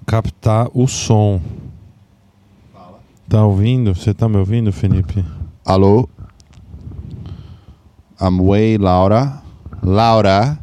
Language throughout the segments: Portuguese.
captar o som. Fala. Tá ouvindo? Você tá me ouvindo, Felipe? Alô? Amway, Laura. Laura.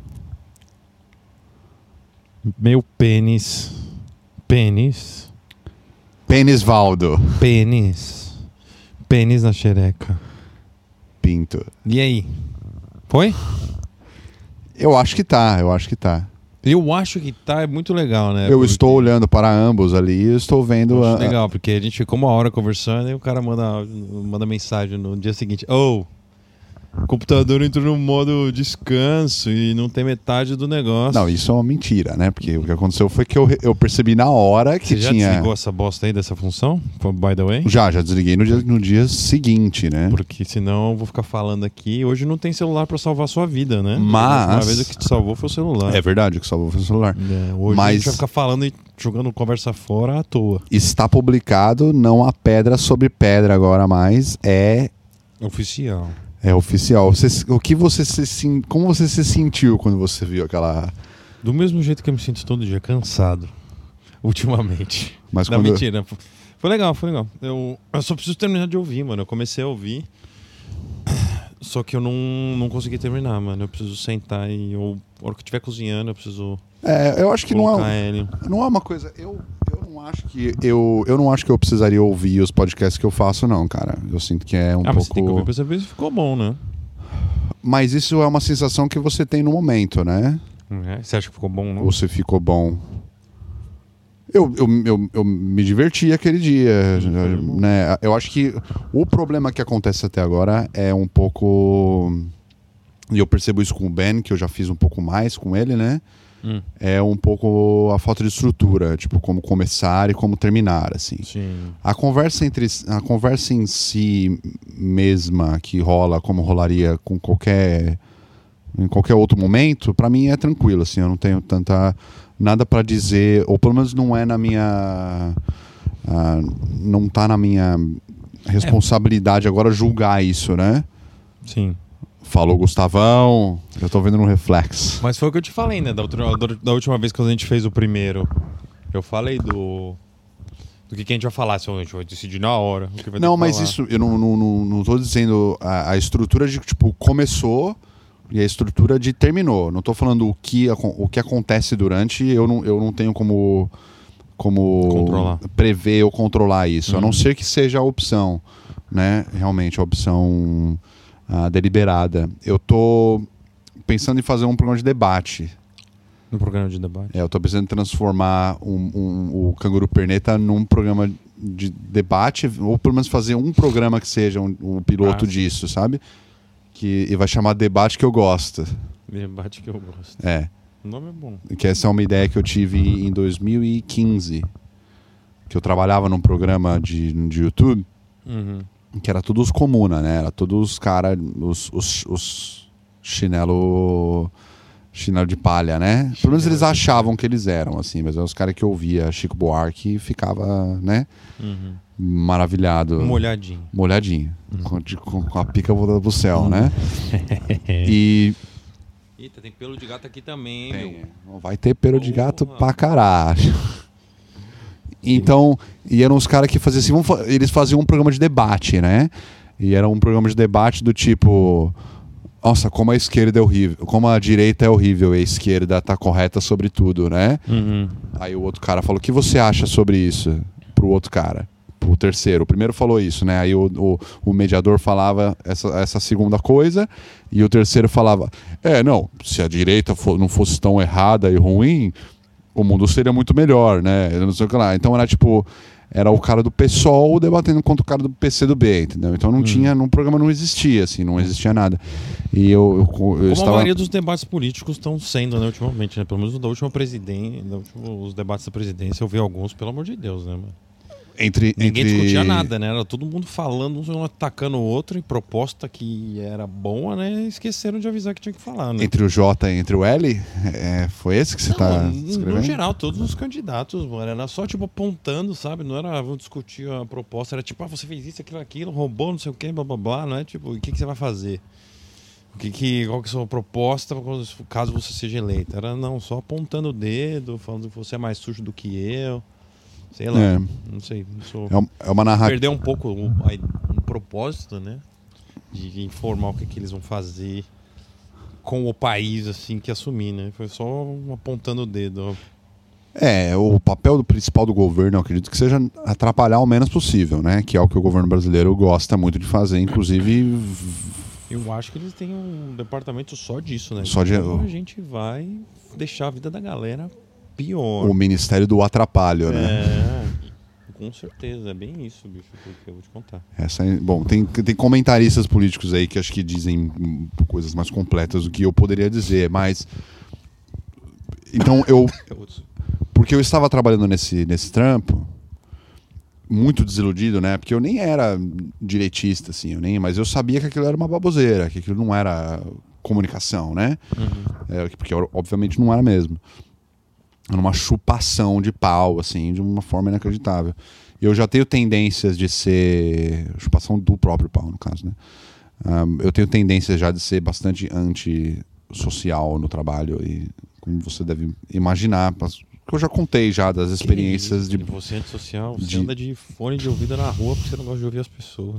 Meu pênis. Pênis. Pênis Valdo. Pênis. Pênis na xereca. Pinto. E aí? Foi? Eu acho que tá, eu acho que tá. Eu acho que tá, é muito legal, né? Eu estou olhando para ambos ali e estou vendo... Eu acho legal, porque a gente ficou uma hora conversando e o cara manda mensagem no dia seguinte. O computador entrou no modo descanso e não tem metade do negócio. Não, isso é uma mentira, né? Porque o que aconteceu foi que eu percebi na hora que Você já tinha... desligou essa bosta aí dessa função? By the way? Já desliguei no dia seguinte, né? Porque senão eu vou ficar falando aqui. Hoje não tem celular pra salvar a sua vida, né? Mas... Uma vez o que te salvou foi o celular. É verdade, o que salvou foi o celular. Hoje Mas... a gente vai ficar falando e jogando conversa fora à toa. Está publicado, não há pedra sobre pedra agora mais, é Oficial. oficial. Como você se sentiu quando você viu aquela... Do mesmo jeito que eu me sinto todo dia, cansado. Ultimamente. Mas Não, quando... mentira. Foi legal. Eu só preciso terminar de ouvir, mano. Eu comecei a ouvir. Só que eu não consegui terminar, mano. Eu preciso sentar e... A hora que eu estiver cozinhando, eu preciso... eu acho que não é uma coisa... Eu não acho que eu precisaria ouvir os podcasts que eu faço, não, cara. Eu sinto que é um pouco... Mas você tem que ouvir pra saber se ficou bom, né? Mas isso é uma sensação que você tem no momento, né? Você acha que ficou bom, não? Ou se ficou bom. Eu me diverti aquele dia, né? Eu acho que o problema que acontece até agora é um pouco... E eu percebo isso com o Ben, que eu já fiz um pouco mais com ele, né? É um pouco a falta de estrutura, tipo, como começar e como terminar, assim. Sim. A conversa em si mesma que rola, como rolaria em qualquer outro momento, pra mim é tranquilo, assim, eu não tenho nada pra dizer, ou pelo menos não é na minha não tá na minha responsabilidade agora julgar isso, né? Sim. Falou Gustavão, eu tô vendo no reflexo. Mas foi o que eu te falei, né? Da última vez que a gente fez o primeiro. Eu falei do que a gente vai falar, se a gente vai decidir na hora. O que vai Não, mas isso, eu não tô dizendo a estrutura de, tipo, começou e a estrutura de terminou. Não tô falando o que acontece durante, eu não tenho como controlar. Prever ou controlar isso. A não ser que seja a opção, né? Realmente, a opção... deliberada. Eu tô pensando em fazer um programa de debate. Um programa de debate? Eu tô pensando em transformar o Canguru Perneta num programa de debate, ou pelo menos fazer um programa que seja um piloto disso, sabe? E vai chamar Debate que eu gosto. Debate que eu gosto. O nome é bom. Que essa é uma ideia que eu tive em 2015. Que eu trabalhava num programa de YouTube. Que era todos comuna, né? Era todos os caras, os chinelo de palha, né? Pelo menos eles achavam que eles eram, assim. Mas eram os caras que ouvia Chico Buarque e ficava, né? Maravilhado. Molhadinho. Com a pica voltada pro céu, né? Eita, tem pelo de gato aqui também, meu. Vai ter pelo de gato pra caralho. Então, e eram os caras que faziam assim, eles faziam um programa de debate, né? E era um programa de debate do tipo, nossa, como a esquerda é horrível, como a direita é horrível e a esquerda tá correta sobre tudo, né? Aí o outro cara falou, o que você acha sobre isso? Pro outro cara, pro terceiro. O primeiro falou isso, né? Aí o mediador falava essa segunda coisa e o terceiro falava, não, se a direita não fosse tão errada e ruim... o mundo seria muito melhor, né? Não sei o que lá. Então era tipo, era o cara do PSOL debatendo contra o cara do PCdoB, entendeu? Então não tinha, no programa não existia, assim, não existia nada. E eu como estava... a maioria dos debates políticos estão sendo, né, ultimamente, né? Pelo menos da última presidência, os debates da presidência, eu vi alguns, pelo amor de Deus, né, mano? Ninguém discutia nada, né? Era todo mundo falando, um atacando o outro, e proposta que era boa, né? Esqueceram de avisar que tinha que falar, né? Entre o J e entre o L? Foi esse que você tá escrevendo? No geral, todos os candidatos, mano. Era só, tipo, apontando, sabe? Não era, vamos discutir a proposta. Era tipo, você fez isso, aquilo, roubou, não sei o quê, blá, blá, blá. Não é tipo, o que você vai fazer? Qual que é a sua proposta caso você seja eleito? Era, não, só apontando o dedo, falando que você é mais sujo do que eu. Sei lá, não sei. É uma narrativa. Perdeu um pouco o propósito, né? De informar o que eles vão fazer com o país, assim, que assumir, né? Foi só apontando o dedo. O papel principal do governo, eu acredito que seja atrapalhar o menos possível, né? Que é o que o governo brasileiro gosta muito de fazer, inclusive... Eu acho que eles têm um departamento só disso, né? Só de... Como a gente vai deixar a vida da galera pior. O Ministério do Atrapalho, né? Com certeza, é bem isso, bicho, que eu vou te contar. Bom, tem comentaristas políticos aí que acho que dizem coisas mais completas do que eu poderia dizer, mas... Então, porque eu estava trabalhando nesse trampo, muito desiludido, né? Porque eu nem era direitista, assim, mas eu sabia que aquilo era uma baboseira, que aquilo não era comunicação, né? Porque obviamente não era mesmo. Era uma chupação de pau, assim, de uma forma inacreditável. E eu já tenho tendências de ser... Chupação do próprio pau, no caso, né? Eu tenho tendências já de ser bastante antissocial no trabalho. E como você deve imaginar, porque eu já contei já das experiências de... Você é antissocial, você anda de fone de ouvido na rua porque você não gosta de ouvir as pessoas.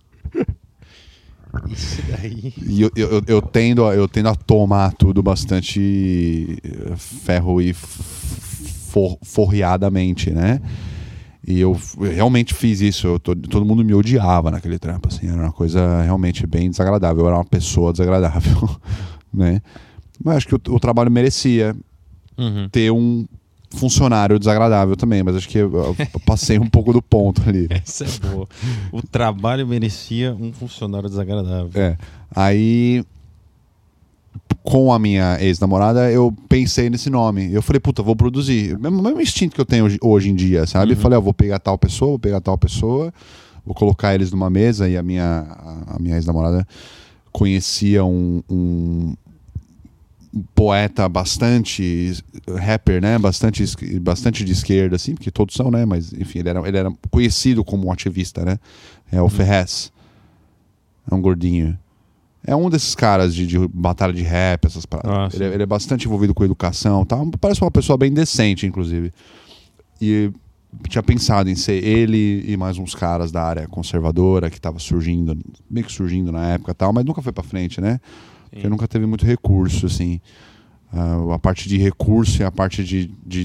Isso daí. E eu tendo a tomar tudo bastante ferro e forreadamente, né? E eu realmente fiz isso. Todo mundo me odiava naquele trampo, assim. Era uma coisa realmente bem desagradável. Eu era uma pessoa desagradável, né? Mas acho que o trabalho merecia ter um funcionário desagradável também, mas acho que eu passei um pouco do ponto ali. Essa é boa. O trabalho merecia um funcionário desagradável. Aí, com a minha ex-namorada, eu pensei nesse nome. Eu falei, puta, vou produzir. O mesmo instinto que eu tenho hoje em dia, sabe? Eu falei, vou pegar tal pessoa, vou colocar eles numa mesa. E a minha ex-namorada conhecia um poeta bastante rapper, né? Bastante de esquerda, assim, porque todos são, né? Mas, enfim, ele era conhecido como um ativista, né? É o Ferrez. É um gordinho. É um desses caras de batalha de rap, essas paradas. Ele é bastante envolvido com educação, tá? Parece uma pessoa bem decente, inclusive. E tinha pensado em ser ele e mais uns caras da área conservadora que tava meio que surgindo na época e tal, mas nunca foi pra frente, né? Porque nunca teve muito recurso, assim. A parte de recurso e a parte de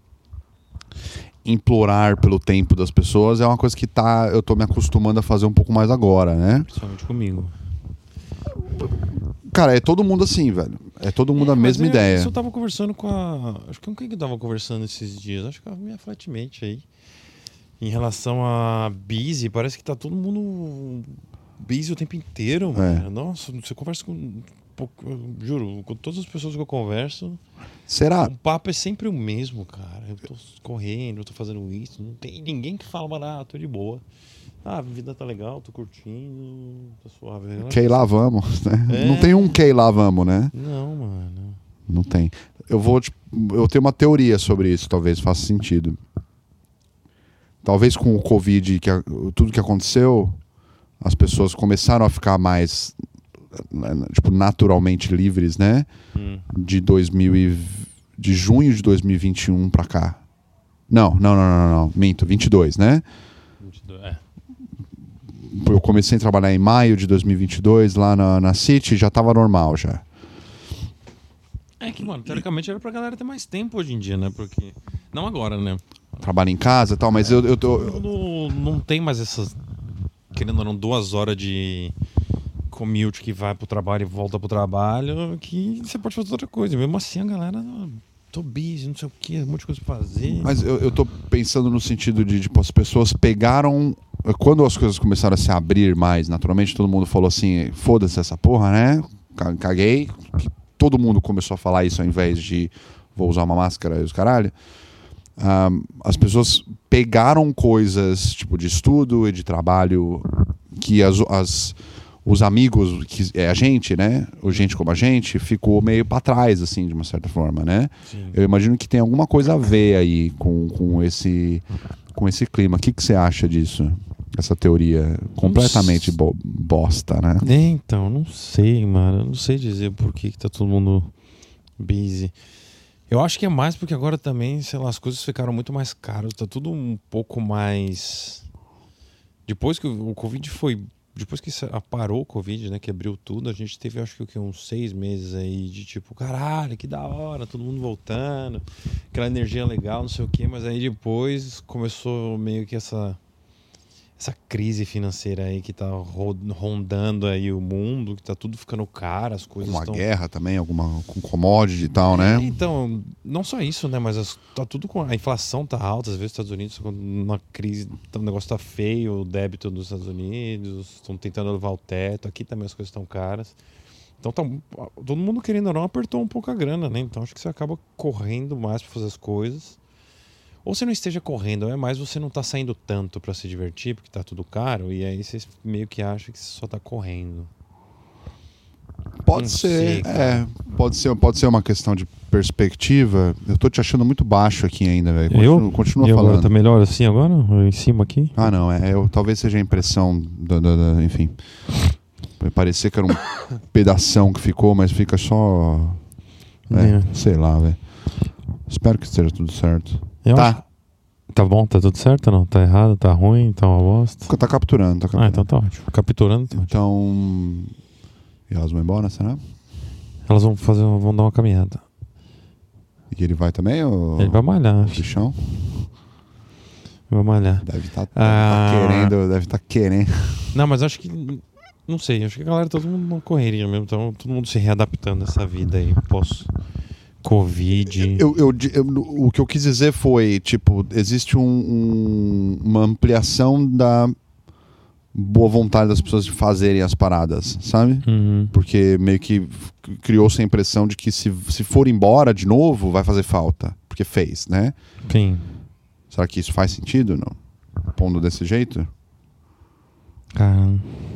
implorar pelo tempo das pessoas é uma coisa que eu tô me acostumando a fazer um pouco mais agora, né? Principalmente comigo. Cara, é todo mundo assim, velho. É todo mundo a mesma ideia. Isso eu tava conversando com a... Acho que com quem que eu tava conversando esses dias? Acho que a minha flatmate aí. Em relação a busy, parece que tá todo mundo... busy o tempo inteiro, mano. Nossa, você conversa com... Juro, com todas as pessoas que eu converso... Será? O papo é sempre o mesmo, cara. Eu tô correndo, eu tô fazendo isso. Não tem ninguém que fala, tô de boa. A vida tá legal, tô curtindo, tá suave. Que lá vamos, né? Não tem um que lá vamos, né? Não, mano. Não tem. Eu tenho uma teoria sobre isso, talvez faça sentido. Talvez com o Covid, tudo que aconteceu, as pessoas começaram a ficar mais naturalmente livres, né? De junho de 2021 pra cá. Não. Minto, 22, né? 22, Eu comecei a trabalhar em maio de 2022 lá na City, já tava normal já. É que, mano, teoricamente era pra galera ter mais tempo hoje em dia, né? Porque... Não agora, né? Trabalho em casa e tal, mas eu tô... Não tem mais essas... Querendo ou não, 2 horas de commute que vai pro trabalho e volta pro trabalho, que você pode fazer outra coisa. Mesmo assim, a galera... Tô busy, não sei o que, um monte de coisa pra fazer. Mas eu tô pensando no sentido de, tipo, as pessoas pegaram... Quando as coisas começaram a se abrir mais, naturalmente, todo mundo falou assim, foda-se essa porra, né? Caguei. Todo mundo começou a falar isso ao invés de vou usar uma máscara e os caralho. As pessoas pegaram coisas, tipo, de estudo e de trabalho que os amigos, que é a gente, né? O gente como a gente, ficou meio pra trás, assim, de uma certa forma, né? Sim. Eu imagino que tem alguma coisa a ver aí com esse clima. O que você acha disso? Essa teoria completamente bosta, né? Então, não sei, mano. Eu não sei dizer por que tá todo mundo busy. Eu acho que é mais porque agora também, sei lá, as coisas ficaram muito mais caras. Tá tudo um pouco mais... Depois que o Covid foi... Depois que parou o Covid, né, que abriu tudo, a gente teve, acho que uns 6 meses aí de tipo, caralho, que da hora, todo mundo voltando, aquela energia legal, não sei o quê, mas aí depois começou meio que essa crise financeira aí que tá rondando aí o mundo, que tá tudo ficando caro, as coisas Uma guerra também, com commodity e tal, né? Então, não só isso, né, mas tá tudo com... A inflação tá alta, às vezes os Estados Unidos numa crise, o negócio tá feio, o débito dos Estados Unidos, estão tentando levar o teto, aqui também as coisas estão caras. Então todo mundo, querendo ou não, apertou um pouco a grana, né? Então acho que você acaba correndo mais pra fazer as coisas. Ou você não esteja correndo, é mais você não tá saindo tanto pra se divertir, porque tá tudo caro, e aí você meio que acha que você só tá correndo. Pode ser, pode ser uma questão de perspectiva. Eu tô te achando muito baixo aqui ainda, velho. Continua falando. Agora tá melhor assim agora? Em cima aqui? Ah, não, talvez seja a impressão enfim. Vai parecer que era um pedação que ficou, mas fica só... sei lá, velho. Espero que esteja tudo certo. Tá. Tá bom? Tá tudo certo ou não? Tá errado? Tá ruim? Tá uma bosta? Tá capturando. Ah, então tá ótimo. Capturando tá ótimo. E elas vão embora, será? Elas vão dar uma caminhada. E ele vai também? Ou... Ele vai malhar. Bichão? Vai malhar. Deve estar querendo. Não, mas acho que... Não sei, acho que a galera, todo mundo não correria mesmo. Então todo mundo se readaptando a essa vida aí pós-Covid. O que eu quis dizer foi, tipo, existe uma ampliação da boa vontade das pessoas de fazerem as paradas, sabe? Uhum. Porque meio que criou-se a impressão de que se for embora de novo, vai fazer falta. Porque fez, né? Sim. Será que isso faz sentido, não? Pondo desse jeito? Cara,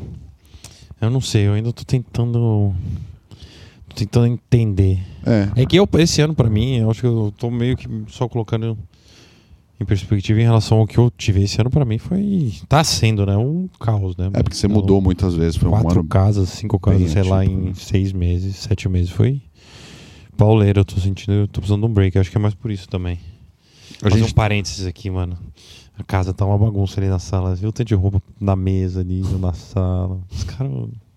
eu não sei, eu ainda tô tentando entender. É que esse ano pra mim, eu acho que eu tô meio que só colocando em perspectiva em relação ao que eu tive esse ano. Pra mim tá sendo, né, um caos, né? Porque você mudou muitas vezes. Foi 4 casas, 5 casas, sei lá, em 6 meses, 7 meses. Foi pauleiro, eu tô sentindo, eu tô precisando de um break. Eu acho que é mais por isso também. Fazer um parênteses aqui, mano. A casa tá uma bagunça ali na sala. Eu tenho de roupa na mesa ali, na sala. Os caras...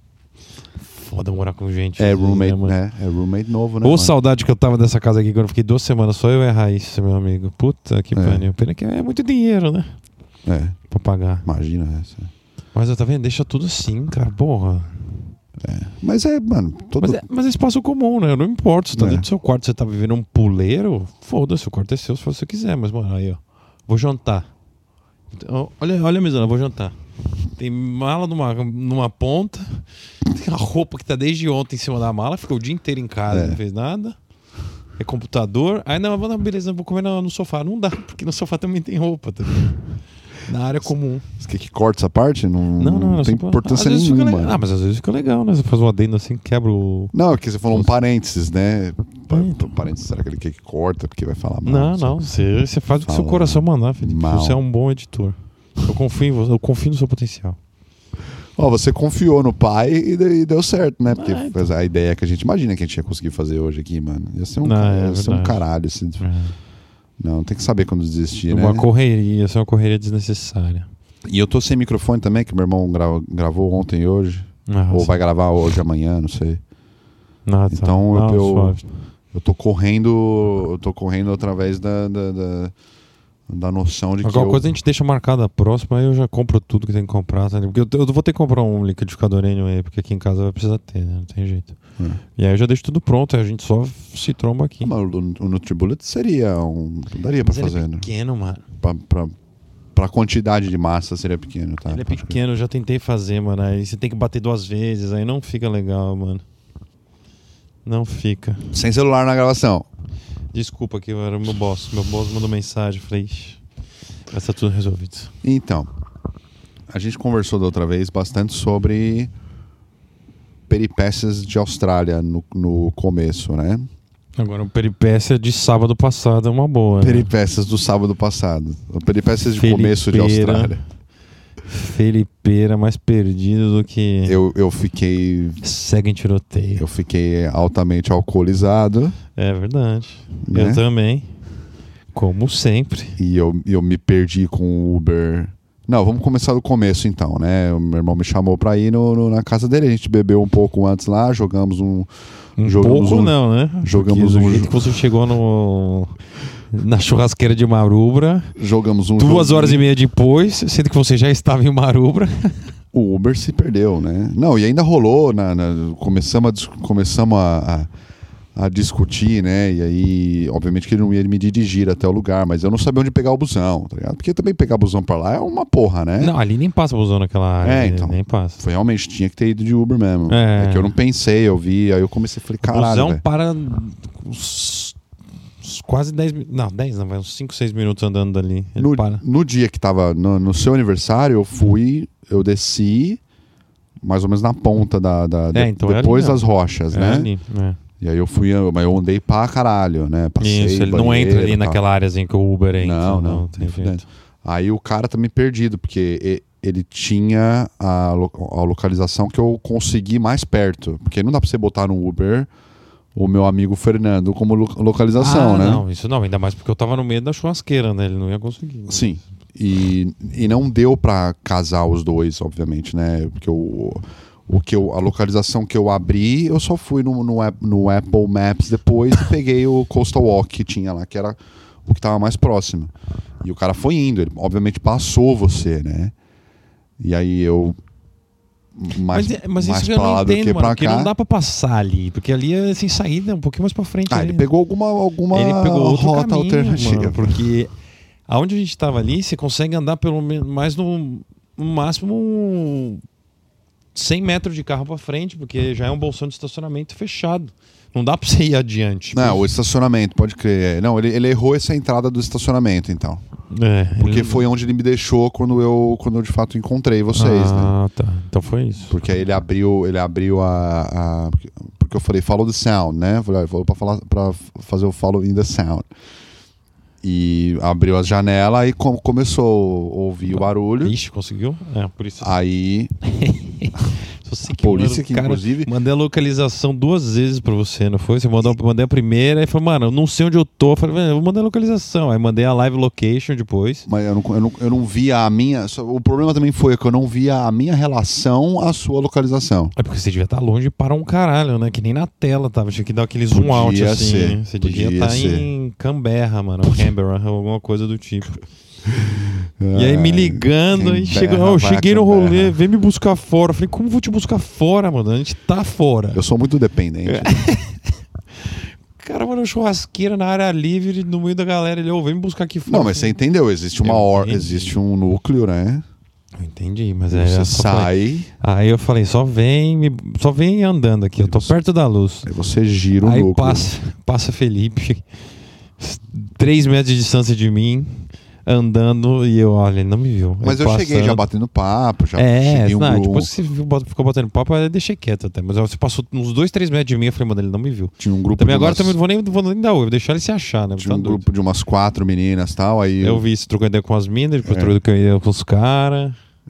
Foda morar com gente. Roommate, né? É roommate novo, né? Ô, saudade que eu tava dessa casa aqui quando eu fiquei 2 semanas só eu e a Raíssa, meu amigo. Puta que pariu. Pena que é muito dinheiro, né? Pra pagar. Imagina essa. Mas eu tá vendo? Deixa tudo assim, cara. Porra. Mas mano. Mas é espaço comum, né? Eu não importa. Você tá dentro do seu quarto, você tá vivendo um puleiro. Foda-se, o quarto é seu se você quiser. Mas, mano, aí, ó. Vou jantar. Olha a mesa, vou jantar. Tem mala numa ponta. Tem a roupa que tá desde ontem em cima da mala. Ficou o dia inteiro em casa, não fez nada. É computador. Aí não, beleza, vou comer no sofá. Não dá, porque no sofá também tem roupa também. Na área comum. Você quer que corte essa parte? Não tem importância nenhuma. Mas às vezes fica legal, né? Você faz um adendo assim, quebra o... Não, é que você falou um parênteses, né? Parênteses, será que ele quer que corta? Porque vai falar mal. Não. Você faz o que seu coração mandar, Felipe. Você é um bom editor. Eu confio no seu potencial. Você confiou no pai e deu certo, né? Porque a ideia que a gente imagina que a gente ia conseguir fazer hoje aqui, mano. Ia ser um caralho. Assim. Não, tem que saber quando desistir, né? Ia ser uma correria desnecessária. E eu tô sem microfone também, que meu irmão gravou ontem e hoje. Ou vai gravar hoje, amanhã, não sei. Então eu tô correndo através da noção de que alguma coisa a gente deixa marcada a próxima, aí eu já compro tudo que tem que comprar, tá? Porque eu vou ter que comprar um liquidificador anyway, porque aqui em casa vai precisar ter, né? Não tem jeito. E aí eu já deixo tudo pronto, aí a gente só se tromba aqui. Mas o NutriBullet seria daria pra fazer, ele é pequeno, mano. Pra quantidade de massa seria pequeno, tá? Ele é pequeno, eu já tentei fazer, mano. Aí você tem que bater 2 vezes, aí não fica legal, mano. Não fica. Sem celular na gravação. Desculpa que era o meu boss. Meu boss mandou mensagem, falei, já tá tudo resolvido. Então, a gente conversou da outra vez bastante sobre peripécias de Austrália no começo, né? Agora, o peripécia de sábado passado é uma boa. Peripécias do sábado passado. Peripécias de começo de Austrália. Felipeira mais perdido do que... Eu fiquei... Segue em tiroteio. Eu fiquei altamente alcoolizado. É verdade. Né? Eu também. Como sempre. E eu me perdi com o Uber. Não, vamos começar do começo então, né? O meu irmão me chamou pra ir na casa dele. A gente bebeu um pouco antes lá, jogamos um... Não, né? Jogamos do jeito que você chegou na churrasqueira de Marubra. Jogamos 2 horas e meia depois, sendo que você já estava em Marubra. O Uber se perdeu, né? Não, e ainda rolou, começamos a discutir, né? E aí, obviamente que ele não ia me dirigir até o lugar, mas eu não sabia onde pegar o busão, tá ligado? Porque também pegar busão pra lá é uma porra, né? Não, ali nem passa busão naquela área. Então. Nem passa. Foi realmente, tinha que ter ido de Uber mesmo. É que eu não pensei, eu vi, aí eu comecei a falar, caralho, busão véio. para uns quase 10 minutos. Não, 10 não, vai uns 5, 6 minutos andando dali. No dia que tava no seu aniversário, eu desci mais ou menos na ponta depois ali, das rochas, né? Ali, E aí mas eu andei pra caralho, né? Passei isso, ele não entra ali naquela áreazinha que o Uber entra. Não tem jeito. Aí o cara tá me perdido, porque ele tinha a localização que eu consegui mais perto. Porque não dá pra você botar no Uber o meu amigo Fernando como localização, né? Não, isso não, ainda mais porque eu tava no meio da churrasqueira, né? Ele não ia conseguir. Né? Sim. E não deu pra casar os dois, obviamente, né? Porque a localização que eu abri, eu só fui no Apple Maps depois e peguei o Coastal Walk que tinha lá, que era o que estava mais próximo. E o cara foi indo, ele obviamente passou você, né? E aí eu... Mas isso eu não entendo, mano, porque não dá pra passar ali, porque ali é sem saída, um pouquinho mais pra frente. Ele pegou alguma ele pegou outro rota caminho, alternativa. Mano, porque aonde a gente tava ali, você consegue andar pelo menos mais no máximo 100 metros de carro pra frente, porque já é um bolsão de estacionamento fechado. Não dá pra você ir adiante. Não, o estacionamento, pode crer. Não, ele errou essa entrada do estacionamento, então. Porque foi onde ele me deixou quando eu de fato encontrei vocês, né? Ah, tá. Então foi isso. Porque aí ele abriu porque eu falei, follow the sound, né? Falou pra fazer o follow in the sound. E abriu as janelas e começou a ouvir o barulho. Ixi, conseguiu? Por isso. Aí... A polícia que, inclusive... Mandei a localização 2 vezes pra você, não foi? Você mandei a primeira e falou, mano, eu não sei onde eu tô. Eu falei, eu vou mandar a localização. Aí mandei a live location depois. Mas eu não via a minha... O problema também foi que eu não via a minha relação à sua localização. É porque você devia estar longe para um caralho, né? Que nem na tela tava. Tinha que dar aquele zoom out assim. Você devia estar em Canberra, mano. Canberra, alguma coisa do tipo. E aí me ligando, aí cheguei no rolê, vem me buscar fora. Eu falei, como vou te buscar fora, mano? A gente tá fora. Eu sou muito dependente. Cara, mano, churrasqueira na área livre, no meio da galera, ele, vem me buscar aqui fora. Não, mas você entendeu, existe existe um núcleo, né? Eu entendi, mas você sai. Aí eu falei, só vem andando aqui, eu tô perto da luz. Aí você gira o núcleo. Aí passa Felipe, 3 metros de distância de mim, andando, e olha, ele não me viu. Mas eu cheguei já batendo papo, já cheguei depois que você ficou batendo papo, eu deixei quieto até. Mas você passou uns 2, 3 metros de mim, eu falei, mano, ele não me viu. Tinha um grupo também agora também não vou nem dar oi, vou deixar ele se achar, né? Tinha um grupo de umas 4 meninas e tal, aí... Eu vi isso, trocando ideia com as minas, depois trocando ideia com os caras.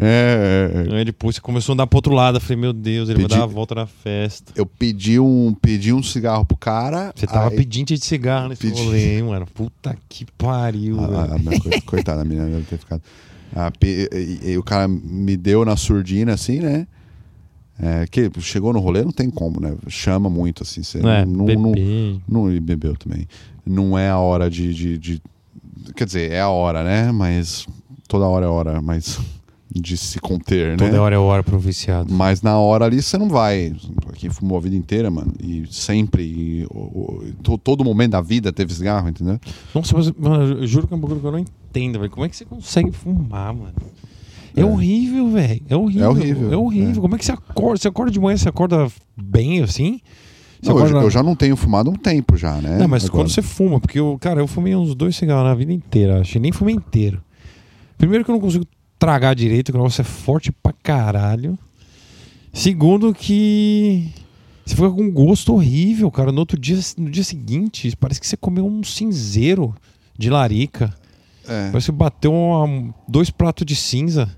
Aí depois você começou a andar pro outro lado, eu falei, meu Deus, ele vai dar a volta na festa. Eu pedi um cigarro pro cara. Você tava pedindo de cigarro nesse rolê, mano. Puta que pariu, velho. Coitada, a menina deve ter ficado. E o cara me deu na surdina, assim, né? Que chegou no rolê, não tem como, né? Chama muito, assim. Você não bebeu também. Não é a hora de... Quer dizer, é a hora, né? Mas toda hora é hora, mas... de se conter, né? Toda hora é hora pro viciado. Mas na hora ali você não vai. Quem fumou a vida inteira, mano, e sempre, todo momento da vida teve cigarro, entendeu? Nossa, mas mano, eu juro que é um bagulho que eu não entendo, velho. Como é que você consegue fumar, mano? É horrível, velho. É horrível. Como é que você acorda? Você acorda de manhã, você acorda bem, assim? Eu já não tenho fumado há um tempo já, né? Não, mas quando você fuma, porque eu fumei uns 2 cigarros na vida inteira, acho que nem fumei inteiro. Primeiro que eu não consigo tragar direito, que o negócio é forte pra caralho. Segundo que você fica com um gosto horrível, cara. No dia seguinte, parece que você comeu um cinzeiro de larica. Parece que bateu 2 pratos de cinza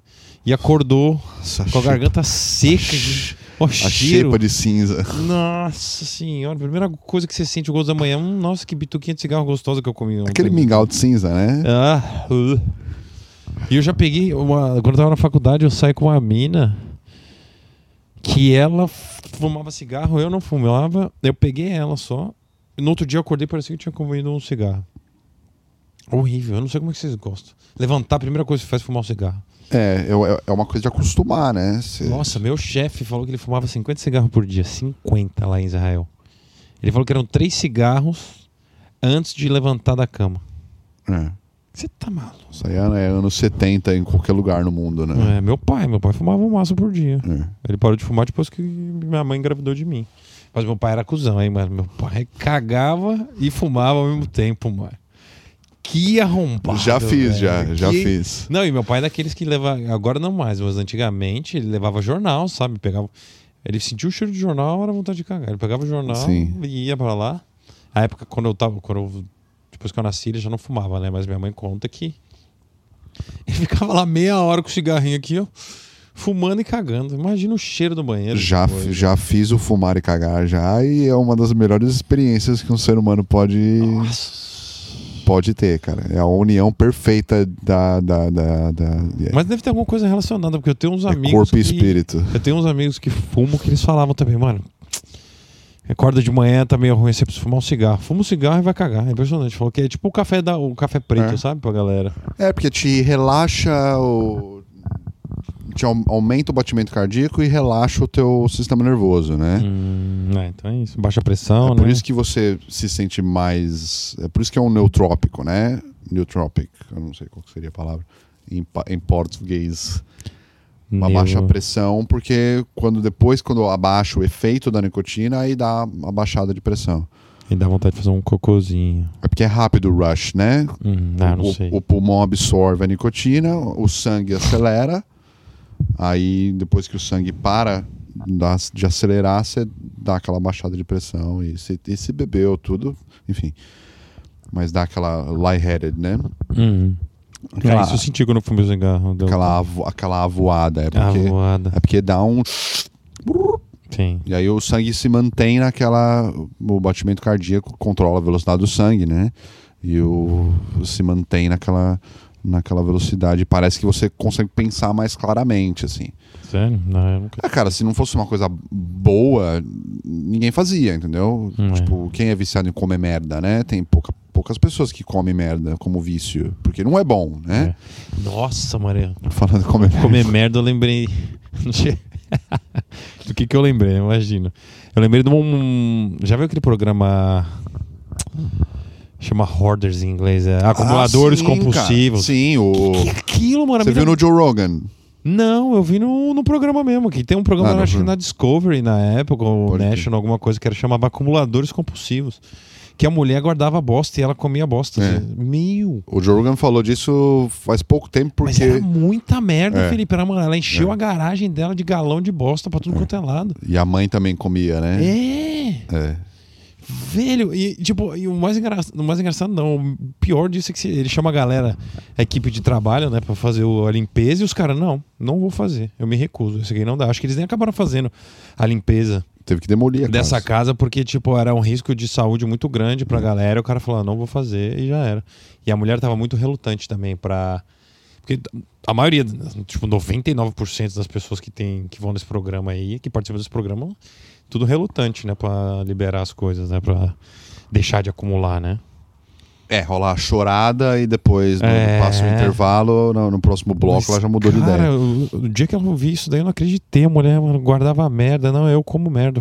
E acordou com a garganta seca. A xepa de cinza. Nossa senhora, a primeira coisa que você sente o gosto da manhã, nossa, que bituquinha de cigarro gostosa que eu comi ontem. Aquele mingau de cinza, né? E eu já peguei, quando eu tava na faculdade, eu saí com uma mina que ela fumava cigarro, eu não fumava, eu peguei ela só. E no outro dia eu acordei e parecia que eu tinha comido um cigarro. Horrível, eu não sei como é que vocês gostam. Levantar, a primeira coisa que você faz é fumar um cigarro. É uma coisa de acostumar, né? Nossa, meu chefe falou que ele fumava 50 cigarros por dia. 50 lá em Israel. Ele falou que eram 3 cigarros antes de levantar da cama. Você tá maluco? Isso aí é anos 70 em qualquer lugar no mundo, né? Meu pai fumava um maço por dia. Ele parou de fumar depois que minha mãe engravidou de mim. Mas meu pai era cuzão, hein, mano? Meu pai cagava e fumava ao mesmo tempo, mano. Que arrombado. Já fiz. Fiz. Não, e meu pai é daqueles que leva. Agora não mais, mas antigamente ele levava jornal, sabe? Pegava. Ele sentia o cheiro de jornal, era vontade de cagar. Ele pegava o jornal e ia pra lá. A época, depois que eu nasci, ele já não fumava, né? Mas minha mãe conta que ele ficava lá meia hora com o cigarrinho aqui, ó, fumando e cagando. Imagina o cheiro do banheiro. Já fiz o fumar e cagar já, e é uma das melhores experiências que um ser humano pode ter, cara. É a união perfeita da... Mas deve ter alguma coisa relacionada, porque eu tenho uns amigos corpo e espírito. Eu tenho uns amigos que fumam, que eles falavam também, mano, acorda de manhã, tá meio ruim, você precisa fumar um cigarro. Fuma um cigarro e vai cagar. É impressionante. Falou que é tipo o café preto, sabe, pra galera. Porque te relaxa te aumenta o batimento cardíaco e relaxa o teu sistema nervoso, né? Então é isso. Baixa a pressão, né? Por isso que você se sente mais... É por isso que é um neutrópico, né? Nootropic, eu não sei qual seria a palavra em português. Abaixa a pressão, porque quando abaixa o efeito da nicotina, aí dá a baixada de pressão. E dá vontade de fazer um cocôzinho. É porque é rápido o rush, né? Não sei. O pulmão absorve a nicotina, o sangue acelera. Aí, depois que o sangue para de acelerar, você dá aquela baixada de pressão e se bebeu tudo, enfim. Mas dá aquela lightheaded, né? Isso eu senti quando eu fumei o cigarro. Aquela avoada. É porque dá um... Sim. E aí o sangue se mantém o batimento cardíaco controla a velocidade do sangue, né? E se mantém naquela velocidade. Parece que você consegue pensar mais claramente, assim. Sério? Não, eu nunca... Cara, se não fosse uma coisa boa, ninguém fazia, entendeu? Tipo, quem é viciado em comer merda, né? Tem poucas pessoas que comem merda como vício, porque não é bom, né? Nossa, Maria. Falando de comer merda, eu lembrei... Do que eu lembrei, imagina. Eu lembrei de já viu aquele programa... Chama Hoarders em inglês, acumuladores compulsivos. Cara. Sim, Que aquilo, mano? Você viu no Joe Rogan? Não, eu vi no programa mesmo. Que tem um programa, acho que na Discovery na época, ou National, alguma coisa, que chamava Acumuladores Compulsivos. Que a mulher guardava bosta e ela comia bosta. Meu! O Joe Rogan falou disso faz pouco tempo, porque... Mas era muita merda, Felipe. Ela encheu a garagem dela de galão de bosta pra tudo quanto é lado. E a mãe também comia, né? Velho, e o mais engraçado não, o pior disso é que ele chama a equipe de trabalho, né, pra fazer a limpeza, e os caras, não vou fazer, eu me recuso, isso aqui não dá. Acho que eles nem acabaram fazendo a limpeza. Teve que demolir dessa casa, porque, era um risco de saúde muito grande pra galera, e o cara falou, não vou fazer, e já era. E a mulher tava muito relutante também porque a maioria, 99% das pessoas que vão nesse programa aí, que participam desse programa, tudo relutante, né, pra liberar as coisas, né, pra deixar de acumular, né. Rolar a chorada e depois passa o intervalo, no próximo bloco ela já mudou de ideia. O dia que eu vi isso daí eu não acreditei, a mulher, mano, guardava a merda, eu como merda,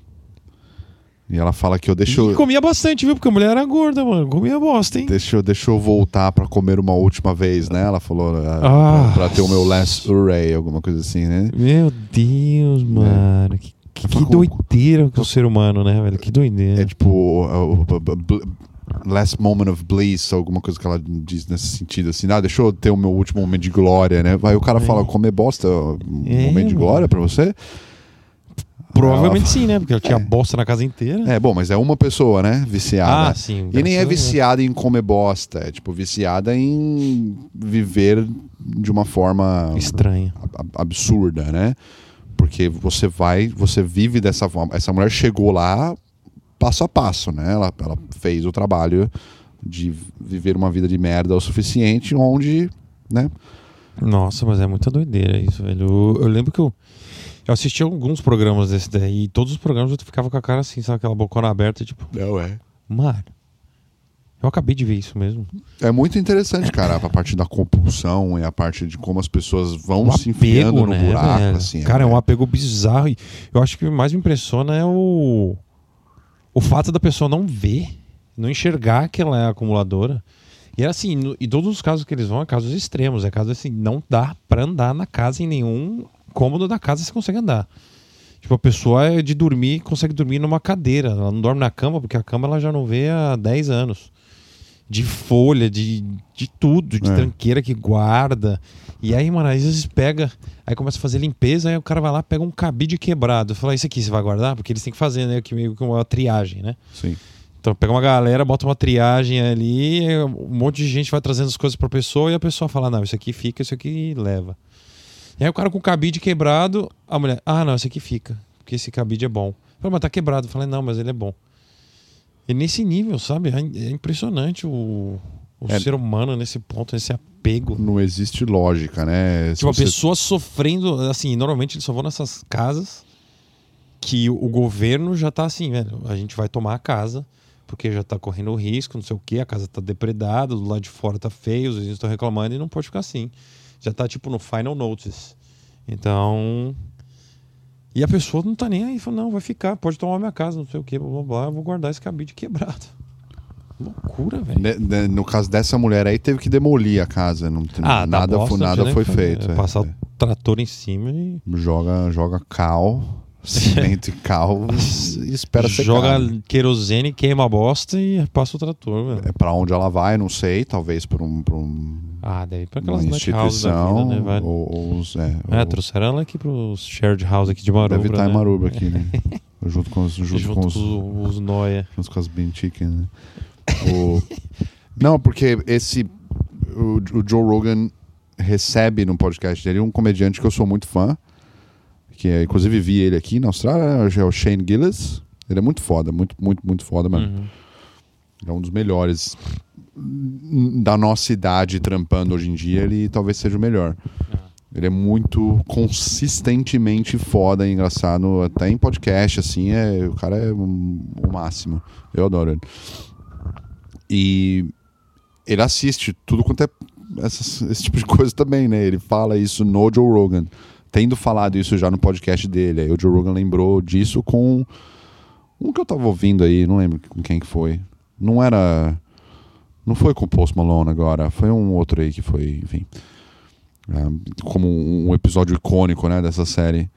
E ela fala que eu deixo... E comia bastante, viu, porque a mulher era gorda, mano, comia bosta, hein. Deixa eu voltar pra comer uma última vez, né, ela falou, pra ter o meu last hooray, alguma coisa assim, né. Meu Deus, mano, Que doideira com o ser humano, né, velho? Que doideira. É tipo last moment of bliss, alguma coisa que ela diz nesse sentido, assim, deixa eu ter o meu último momento de glória, né? Aí o cara fala, comer bosta, momento de glória pra você? Provavelmente sim, né? Porque ela tinha bosta na casa inteira. Bom, mas é uma pessoa, né? Viciada. Sim. E nem é viciada em comer bosta, é tipo viciada em viver de uma forma estranha, absurda, né? Porque você vive dessa forma. Essa mulher chegou lá passo a passo, né? Ela fez o trabalho de viver uma vida de merda o suficiente, onde, né? Nossa, mas é muita doideira isso, velho. Eu lembro que eu assisti alguns programas desse daí, e todos os programas eu ficava com a cara assim, sabe? Aquela bocona aberta, tipo... Não é. Mano, eu acabei de ver isso mesmo. É muito interessante, cara, a parte da compulsão e a parte de como as pessoas vão se enfiando no buraco, velho? assim. Cara, é um apego bizarro. E eu acho que o que mais me impressiona é o fato da pessoa não ver, não enxergar que ela é acumuladora. E é assim, e todos os casos que eles vão é casos extremos, é casos assim, não dá pra andar na casa em nenhum cômodo da casa você consegue andar. Tipo, a pessoa é de dormir, consegue dormir numa cadeira, ela não dorme na cama, porque a cama ela já não vê há 10 anos. De folha, de tudo, de tranqueira que guarda. E aí, mano, às vezes pega, aí começa a fazer limpeza, aí o cara vai lá, pega um cabide quebrado. Fala, isso aqui você vai guardar? Porque eles têm que fazer, né, que meio que uma triagem, né? Sim. Então pega uma galera, bota uma triagem ali, um monte de gente vai trazendo as coisas pra pessoa e a pessoa fala, não, isso aqui fica, isso aqui leva. E aí o cara com o cabide quebrado, a mulher, não, esse aqui fica, porque esse cabide é bom. Fala, mas tá quebrado. Eu falei, não, mas ele é bom. E nesse nível, sabe? É impressionante o ser humano nesse ponto, nesse apego. Não existe lógica, né? Tipo, a pessoa sofrendo, assim, normalmente eles só vão nessas casas que o governo já tá assim, velho, a gente vai tomar a casa, porque já tá correndo risco, não sei o quê, a casa tá depredada, do lado de fora tá feio, os vizinhos estão reclamando e não pode ficar assim. Já tá tipo no final notice. Então... E a pessoa não tá nem aí, fala, não, vai ficar, pode tomar minha casa, não sei o quê, blá blá blá, eu vou guardar esse cabide quebrado. Loucura, velho. No caso dessa mulher aí, teve que demolir a casa, nada foi feito. Passar o trator em cima e... Joga cal, cimento e cal e espera secar. Joga querosene, queima a bosta e passa o trator, velho. É pra onde ela vai, não sei, talvez pra deve ir pra aquelas uma instituição, da vida, né, trouxeram ela aqui pros shared house aqui de Maruba. Deve estar em Maruba aqui, né? junto com os noia. Junto com as bean chicken, né? Não, porque o Joe Rogan recebe no podcast dele um comediante que eu sou muito fã, que inclusive vi ele aqui na Austrália, é o Shane Gillis. Ele é muito foda, muito, muito, muito foda, mano. Uhum. É um dos melhores da nossa idade trampando hoje em dia, ele talvez seja o melhor. Ele é muito consistentemente foda e engraçado, até em podcast, assim, o cara é o máximo. Eu adoro ele. E ele assiste tudo quanto é esse tipo de coisa também, né? Ele fala isso no Joe Rogan, tendo falado isso já no podcast dele. Aí o Joe Rogan lembrou disso com um que eu tava ouvindo aí, não lembro com quem que foi. Não foi com o Post Malone agora, foi um outro aí que foi, enfim, como um episódio icônico, né, dessa série.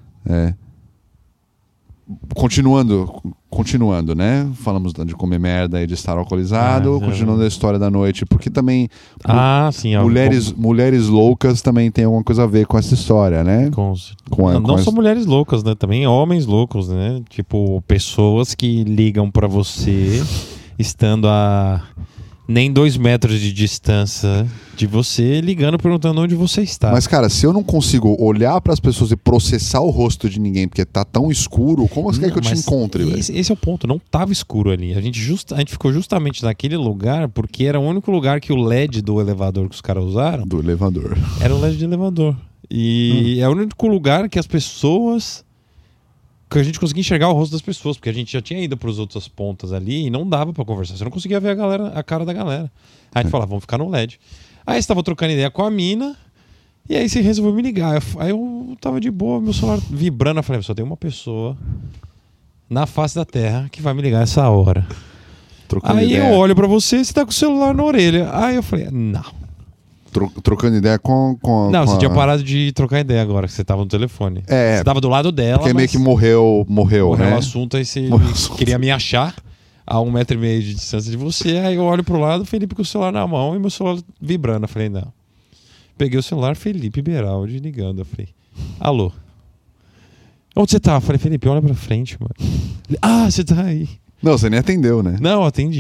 Continuando, né? Falamos de comer merda e de estar alcoolizado, continuando a história da noite, porque também sim, mulheres loucas também tem alguma coisa a ver com essa história, né? Não só mulheres loucas, né? Também homens loucos, né? Tipo, pessoas que ligam pra você estando a nem 2 metros de distância de você, ligando, perguntando onde você está. Mas, cara, se eu não consigo olhar pras pessoas e processar o rosto de ninguém porque tá tão escuro, como você quer que eu te encontre, velho? Esse é o ponto, não tava escuro ali. A gente ficou justamente naquele lugar porque era o único lugar que o LED do elevador que os caras usaram... Do elevador. Era o LED do elevador. E é o único lugar que as pessoas... que a gente conseguia enxergar o rosto das pessoas, porque a gente já tinha ido para as outras pontas ali e não dava para conversar, você não conseguia ver a cara da galera. Aí a gente falava, vamos ficar no LED. Aí você estava trocando ideia com a mina, e aí você resolveu me ligar. Aí eu tava de boa, meu celular vibrando, eu falei, só tem uma pessoa na face da terra que vai me ligar essa hora. Aí eu olho para você tá com o celular na orelha. Aí eu falei, não. Trocando ideia com você tinha parado de trocar ideia agora, que você tava no telefone. Você tava do lado dela. Porque meio que morreu, né? O assunto, aí você queria me achar a 1,5 metro de distância de você. Aí eu olho pro lado, Felipe com o celular na mão e meu celular vibrando. Eu falei, não. Peguei o celular, Felipe Beraldi ligando. Eu falei, alô? Onde você tá? Eu falei, Felipe, olha pra frente, mano. Ele, você tá aí. Não, você nem atendeu, né? Não, atendi.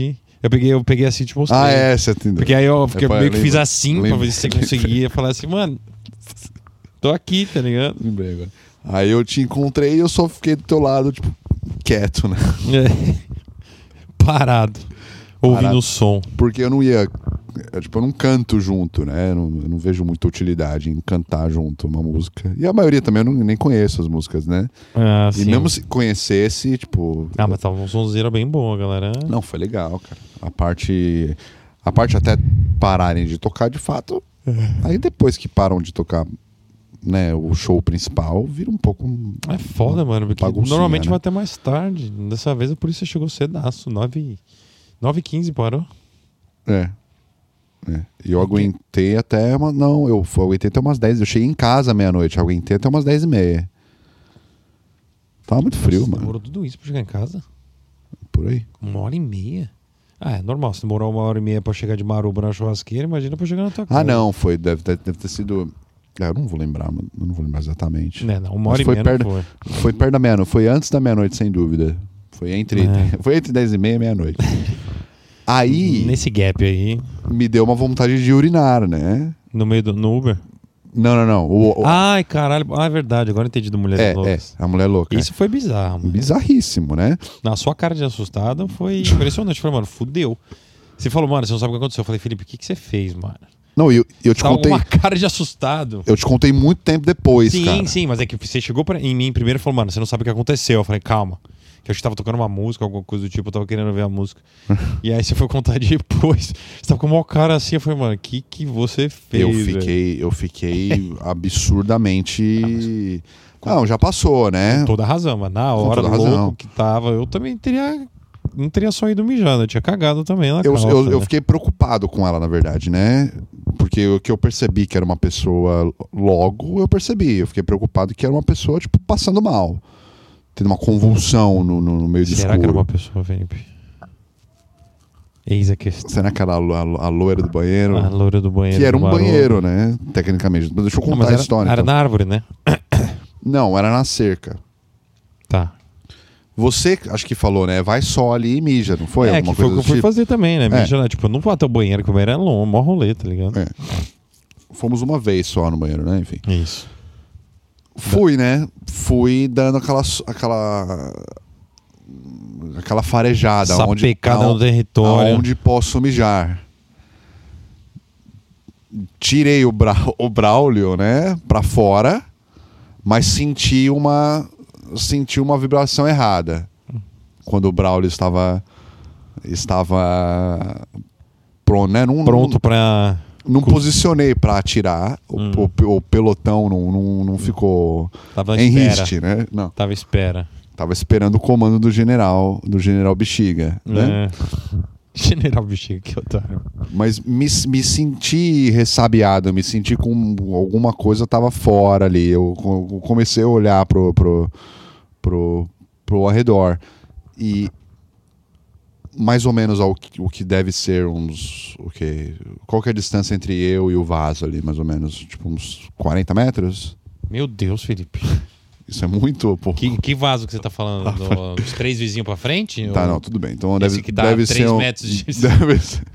Eu peguei assim e te mostrei. Você entendeu. Porque aí eu meio que fiz assim pra ver se você conseguia falar assim, mano, tô aqui, tá ligado? Lembrei agora. Aí eu te encontrei e eu só fiquei do teu lado, tipo, quieto, né? Parado. Ouvindo o som. Porque eu não ia... eu não canto junto, né? Eu não vejo muita utilidade em cantar junto uma música. E a maioria também eu nem conheço as músicas, né? Sim. E mesmo se conhecesse, tipo... mas tava um sonzeira bem boa, galera. Não, foi legal, cara. A parte até pararem de tocar, de fato. Aí depois que param de tocar, né, o show principal, vira um pouco... É foda, mano, porque normalmente vai até mais tarde. Dessa vez a polícia chegou cedaço, 9h15 parou. E eu aguentei até eu aguentei até umas 10. Eu cheguei em casa meia-noite, aguentei até umas 10h30. Tava muito frio, mano. Demorou tudo isso pra chegar em casa? Por aí. 1h30? É normal, se demorou 1h30 pra chegar de Maruba na churrasqueira, imagina pra chegar na tua casa. Não, foi, deve ter sido... eu não vou lembrar, mano. Eu não vou lembrar exatamente. Não, 1h30 não foi. Foi perto da meia-noite, foi antes da meia-noite, sem dúvida. Foi entre 10h30 e meia-noite. Aí... Nesse gap aí... me deu uma vontade de urinar, né? No Uber? Não. Ai, caralho. É verdade. Agora eu entendi do Mulher Louca. A Mulher Louca. Isso foi bizarro, mano. Bizarríssimo, né? Na sua cara de assustado foi impressionante. Eu falei, mano, fudeu. Você falou, mano, você não sabe o que aconteceu. Eu falei, Felipe, o que você fez, mano? Não, eu te contei... uma cara de assustado. Eu te contei muito tempo depois, cara. Sim, mas é que você chegou em mim primeiro e falou, mano, você não sabe o que aconteceu. Eu falei, calma. Que eu acho que tava tocando uma música, alguma coisa do tipo, eu tava querendo ver a música. E aí você foi contar depois. Você tava com uma cara assim, eu falei, mano, o que você fez? Eu fiquei absurdamente... Não, já passou, né? Com toda razão, mas na hora do louco que tava, eu também não teria só ido mijando, eu tinha cagado também na calça. Eu fiquei preocupado com ela, na verdade, né? Porque o que eu percebi que era uma pessoa logo, eu percebi. Eu fiquei preocupado que era uma pessoa, tipo, passando mal. Tendo uma convulsão no meio do escuro. Será que era uma pessoa, Felipe? Eis a questão. Será que era a loira do banheiro? A loira do banheiro. Que era um banheiro, né? Tecnicamente. Mas deixa eu contar a história. Era na árvore, né? Não, era na cerca. Tá. Você, acho que falou, né? Vai só ali e mija, não foi? Que foi o que eu fui fazer também, né? Mija, né? Tipo, eu não vou até o banheiro, que o banheiro é longo, mó rolê, tá ligado? Fomos uma vez só no banheiro, né? Enfim. Isso. Fui, né? Fui dando aquela farejada. Sapecada no território. Onde posso mijar. Tirei o Braulio, né? Pra fora, mas senti uma vibração errada. Quando o Braulio estava pronto, né? Pronto pra... Não posicionei pra atirar. O pelotão não ficou em riste, né? Não. Tava espera. Tava esperando o comando do general Bexiga, né? General Bexiga, que otário. Mas me senti ressabiado, me senti com alguma coisa tava fora ali. Eu comecei a olhar pro arredor. E mais ou menos o que deve ser qual que é a distância entre eu e o vaso ali, mais ou menos? Tipo uns 40 metros? Meu Deus, Felipe. Isso é muito... Pô. Que vaso que você tá falando? Dos 3 vizinhos pra frente? Tá, não, tudo bem. Então deve ser 3 metros de... Deve ser...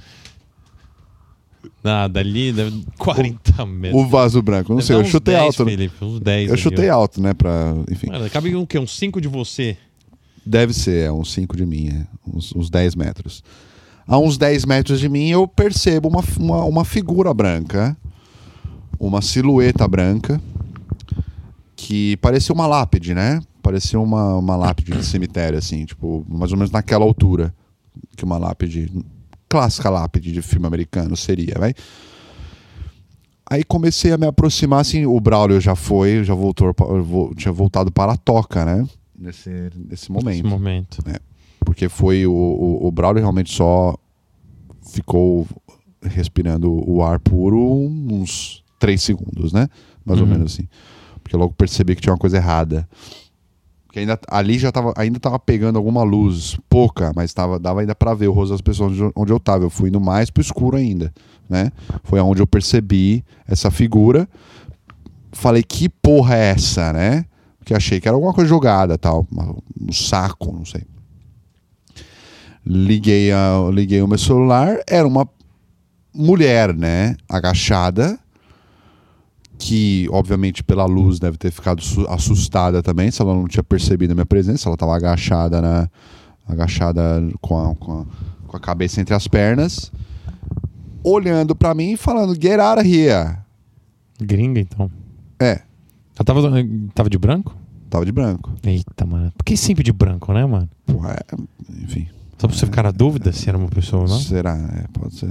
dali deve 40 metros. O vaso branco, não sei, eu chutei 10, alto. Felipe, uns 10 eu chutei alto, né, enfim. Mano, cabe o quê? Uns 5 de você? Deve ser, uns 5 de mim, uns 10 metros. A uns 10 metros de mim eu percebo uma figura branca, uma silhueta branca, que parecia uma lápide, né? Parecia uma lápide de cemitério, assim, tipo, mais ou menos naquela altura que uma lápide, clássica lápide de filme americano seria, vai? Aí comecei a me aproximar, assim, o Braulio tinha voltado para a toca, né? Nesse momento. Né? Porque foi o Braulio realmente só ficou respirando o ar puro uns 3 segundos, né? Mais ou menos assim. Porque logo percebi que tinha uma coisa errada. Porque ali ainda tava pegando alguma luz, pouca, mas dava ainda para ver o rosto das pessoas onde eu tava. Eu fui indo mais pro escuro ainda, né? Foi onde eu percebi essa figura. Falei, que porra é essa, né? Porque achei que era alguma coisa jogada, tal, um saco, não sei. Liguei o meu celular, era uma mulher, né, agachada, que obviamente pela luz deve ter ficado assustada também, se ela não tinha percebido a minha presença, ela estava agachada com a cabeça entre as pernas, olhando pra mim e falando, get out of here. Gringa, então. É. Ela tava de branco? Tava de branco. Eita, mano. Por que sempre de branco, né, mano? Enfim. Só pra você ficar na dúvida se era uma pessoa ou não? Será? Pode ser.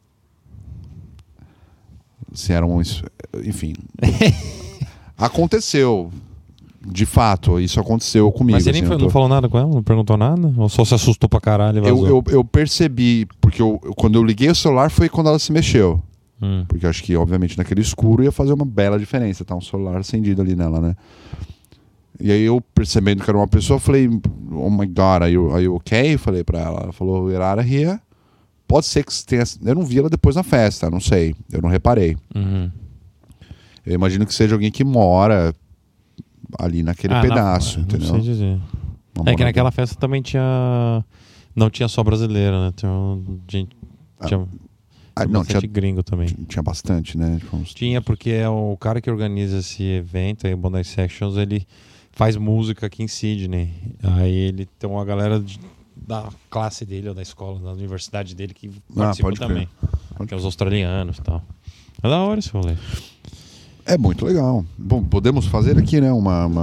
Se era um... Enfim. Aconteceu. De fato, isso aconteceu comigo. Mas você nem não falou nada com ela? Não perguntou nada? Ou só se assustou pra caralho e vazou? Eu percebi, porque quando eu liguei o celular foi quando ela se mexeu. Porque eu acho que, obviamente, naquele escuro ia fazer uma bela diferença. Tá um celular acendido ali nela, né? E aí eu, percebendo que era uma pessoa, falei, oh my God, are you okay? Falei pra ela. Ela falou, get out of here. Pode ser que tenha... Eu não vi ela depois na festa, não sei. Eu não reparei. Eu imagino que seja alguém que mora ali naquele pedaço, entendeu? Não sei dizer. É que naquela festa também tinha... Não tinha só brasileira, né? Tinha gringo também. Tinha bastante, né? Tinha, porque é o cara que organiza esse evento aí, o Bondi Sections, ele faz música aqui em Sydney. Aí ele tem uma galera da classe dele, ou da escola, da universidade dele, que participa também. Que é os australianos e tal. É da hora esse rolê. É muito legal. Bom, podemos fazer aqui, né?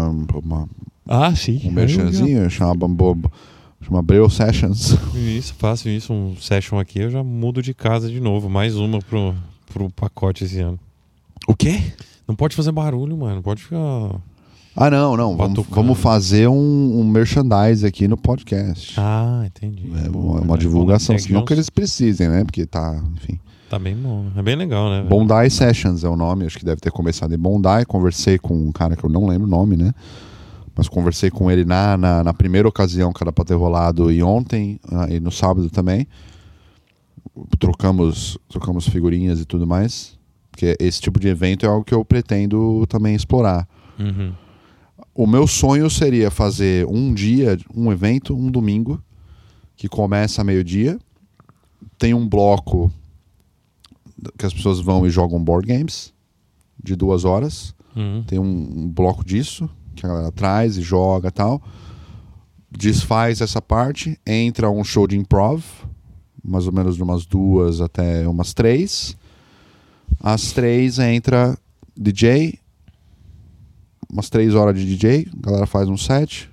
Sim. Um merchanzinho, chama Breu Sessions. Isso, faço isso, um session aqui, eu já mudo de casa de novo. Mais uma pro pacote esse ano. O quê? Não pode fazer barulho, mano. Não pode ficar... Não. Vamos fazer um merchandise aqui no podcast. Entendi. Uma divulgação, não que eles precisem, né? Porque tá, enfim... Tá bem bom, é bem legal, né? Bondi Sessions é o nome, acho que deve ter começado em Bondi. Conversei com um cara que eu não lembro o nome, né? Mas conversei com ele na primeira ocasião que era pra ter rolado, e ontem, e no sábado também. Trocamos figurinhas e tudo mais. Porque esse tipo de evento é algo que eu pretendo também explorar. O meu sonho seria fazer um evento, um domingo, que começa a meio-dia. Tem um bloco que as pessoas vão e jogam board games de 2 horas. Tem um bloco disso que a galera traz e joga e tal. Desfaz essa parte, entra um show de improv, mais ou menos de umas 2 até umas 3. Às 3 entra DJ, umas 3 horas de DJ, a galera faz um set,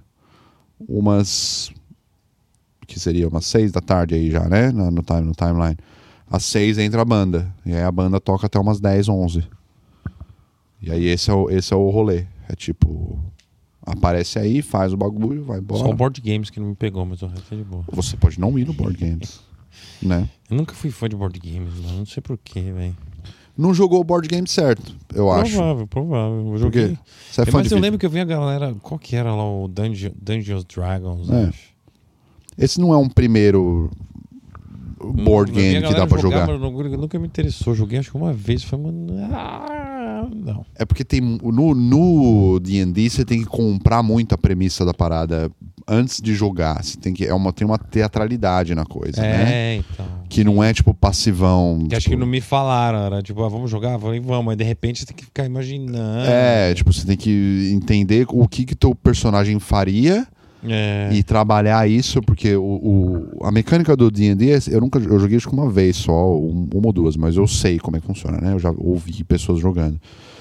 que seria umas 6 da tarde aí já, né, no timeline. Às 6 entra a banda, e aí a banda toca até umas 10, 11. E aí esse é o rolê. É tipo, aparece aí, faz o bagulho, vai embora. Só o board games que não me pegou, mas o resto é de boa. Você pode não ir no board games, né? Eu nunca fui fã de board games, mano. Não sei porquê, velho. Não jogou o board game certo, eu acho. Provável. Eu joguei. Você é fã mas de eu vídeo. lembro que eu vi a galera... Qual que era lá? O Dungeons Dragons, acho. Esse não é um primeiro board game que dá pra jogar. Mas nunca me interessou. Joguei acho que uma vez. Falei, não. É porque tem no D&D você tem que comprar muito a premissa da parada antes de jogar. Você tem uma teatralidade na coisa, né? Então. Que não é tipo passivão. Que acho que não me falaram. Era tipo, vamos jogar? Falei, vamos. Mas de repente você tem que ficar imaginando. Tipo, você tem que entender o que teu personagem faria. E trabalhar isso, porque a mecânica do D&D, eu joguei acho que uma vez só, uma ou 2, mas eu sei como é que funciona, né? Eu já ouvi pessoas jogando.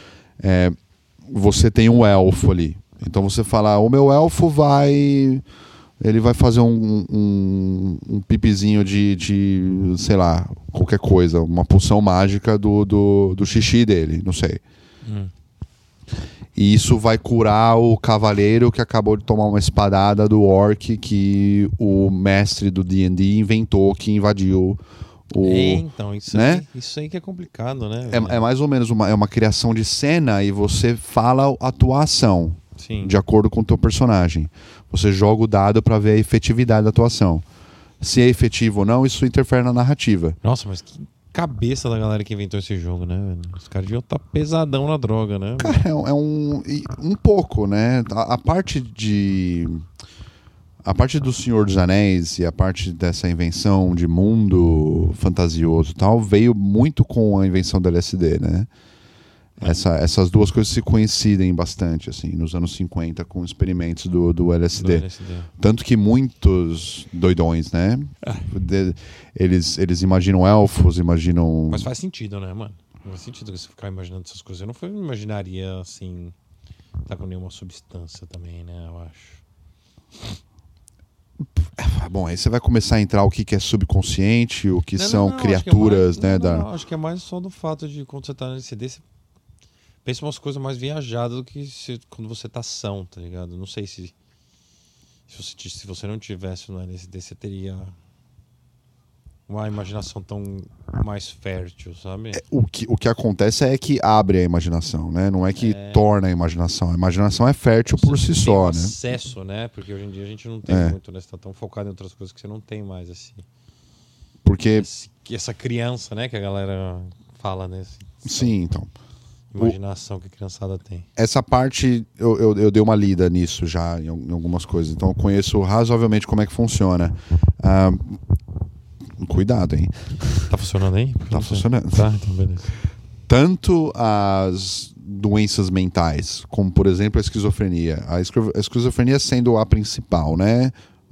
Você tem um elfo ali, então você fala, o meu elfo ele vai fazer um pipizinho de sei lá, qualquer coisa, uma poção mágica do xixi dele, não sei. E isso vai curar o cavaleiro que acabou de tomar uma espadada do orc que o mestre do D&D inventou, que invadiu o... Então, isso, né? Isso aí que é complicado, né? É mais ou menos uma criação de cena e você fala a tua ação. Sim. De acordo com o teu personagem. Você joga o dado pra ver a efetividade da tua ação. Se é efetivo ou não, isso interfere na narrativa. Nossa, mas que cabeça da galera que inventou esse jogo, né? Os caras deviam estar pesadão na droga, né? Cara, um pouco, né? A parte de a parte do Senhor dos Anéis e a parte dessa invenção de mundo fantasioso e tal, veio muito com a invenção do LSD, né? Essas duas coisas se coincidem bastante, assim, nos anos 50 com experimentos do LSD. Tanto que muitos doidões, né? Eles imaginam elfos, imaginam... Mas faz sentido, né, mano? Não faz sentido você ficar imaginando essas coisas. Eu não imaginaria, assim, tá com nenhuma substância também, né, eu acho. Bom, aí você vai começar a entrar o que é subconsciente, o que são criaturas, né? Acho que é mais só do fato de quando você tá no LSD, você pensa umas coisas mais viajadas do que quando você tá são, tá ligado? Não sei se você não tivesse no LSD, você teria uma imaginação tão mais fértil, sabe? O que acontece é que abre a imaginação, né? Não é que torna a imaginação. A imaginação é fértil por si só, né? Acesso, né? Porque hoje em dia a gente não tem muito, né? Você tá tão focado em outras coisas que você não tem mais, assim. Porque... Essa criança, né? Que a galera fala, né? Sim, então... Imaginação que a criançada tem. Essa parte, eu dei uma lida nisso já, em algumas coisas. Então eu conheço razoavelmente como é que funciona. Cuidado, hein? Tá funcionando aí? Tá funcionando. Tá, então beleza. Tanto as doenças mentais, como por exemplo a esquizofrenia. A esquizofrenia sendo a principal, né?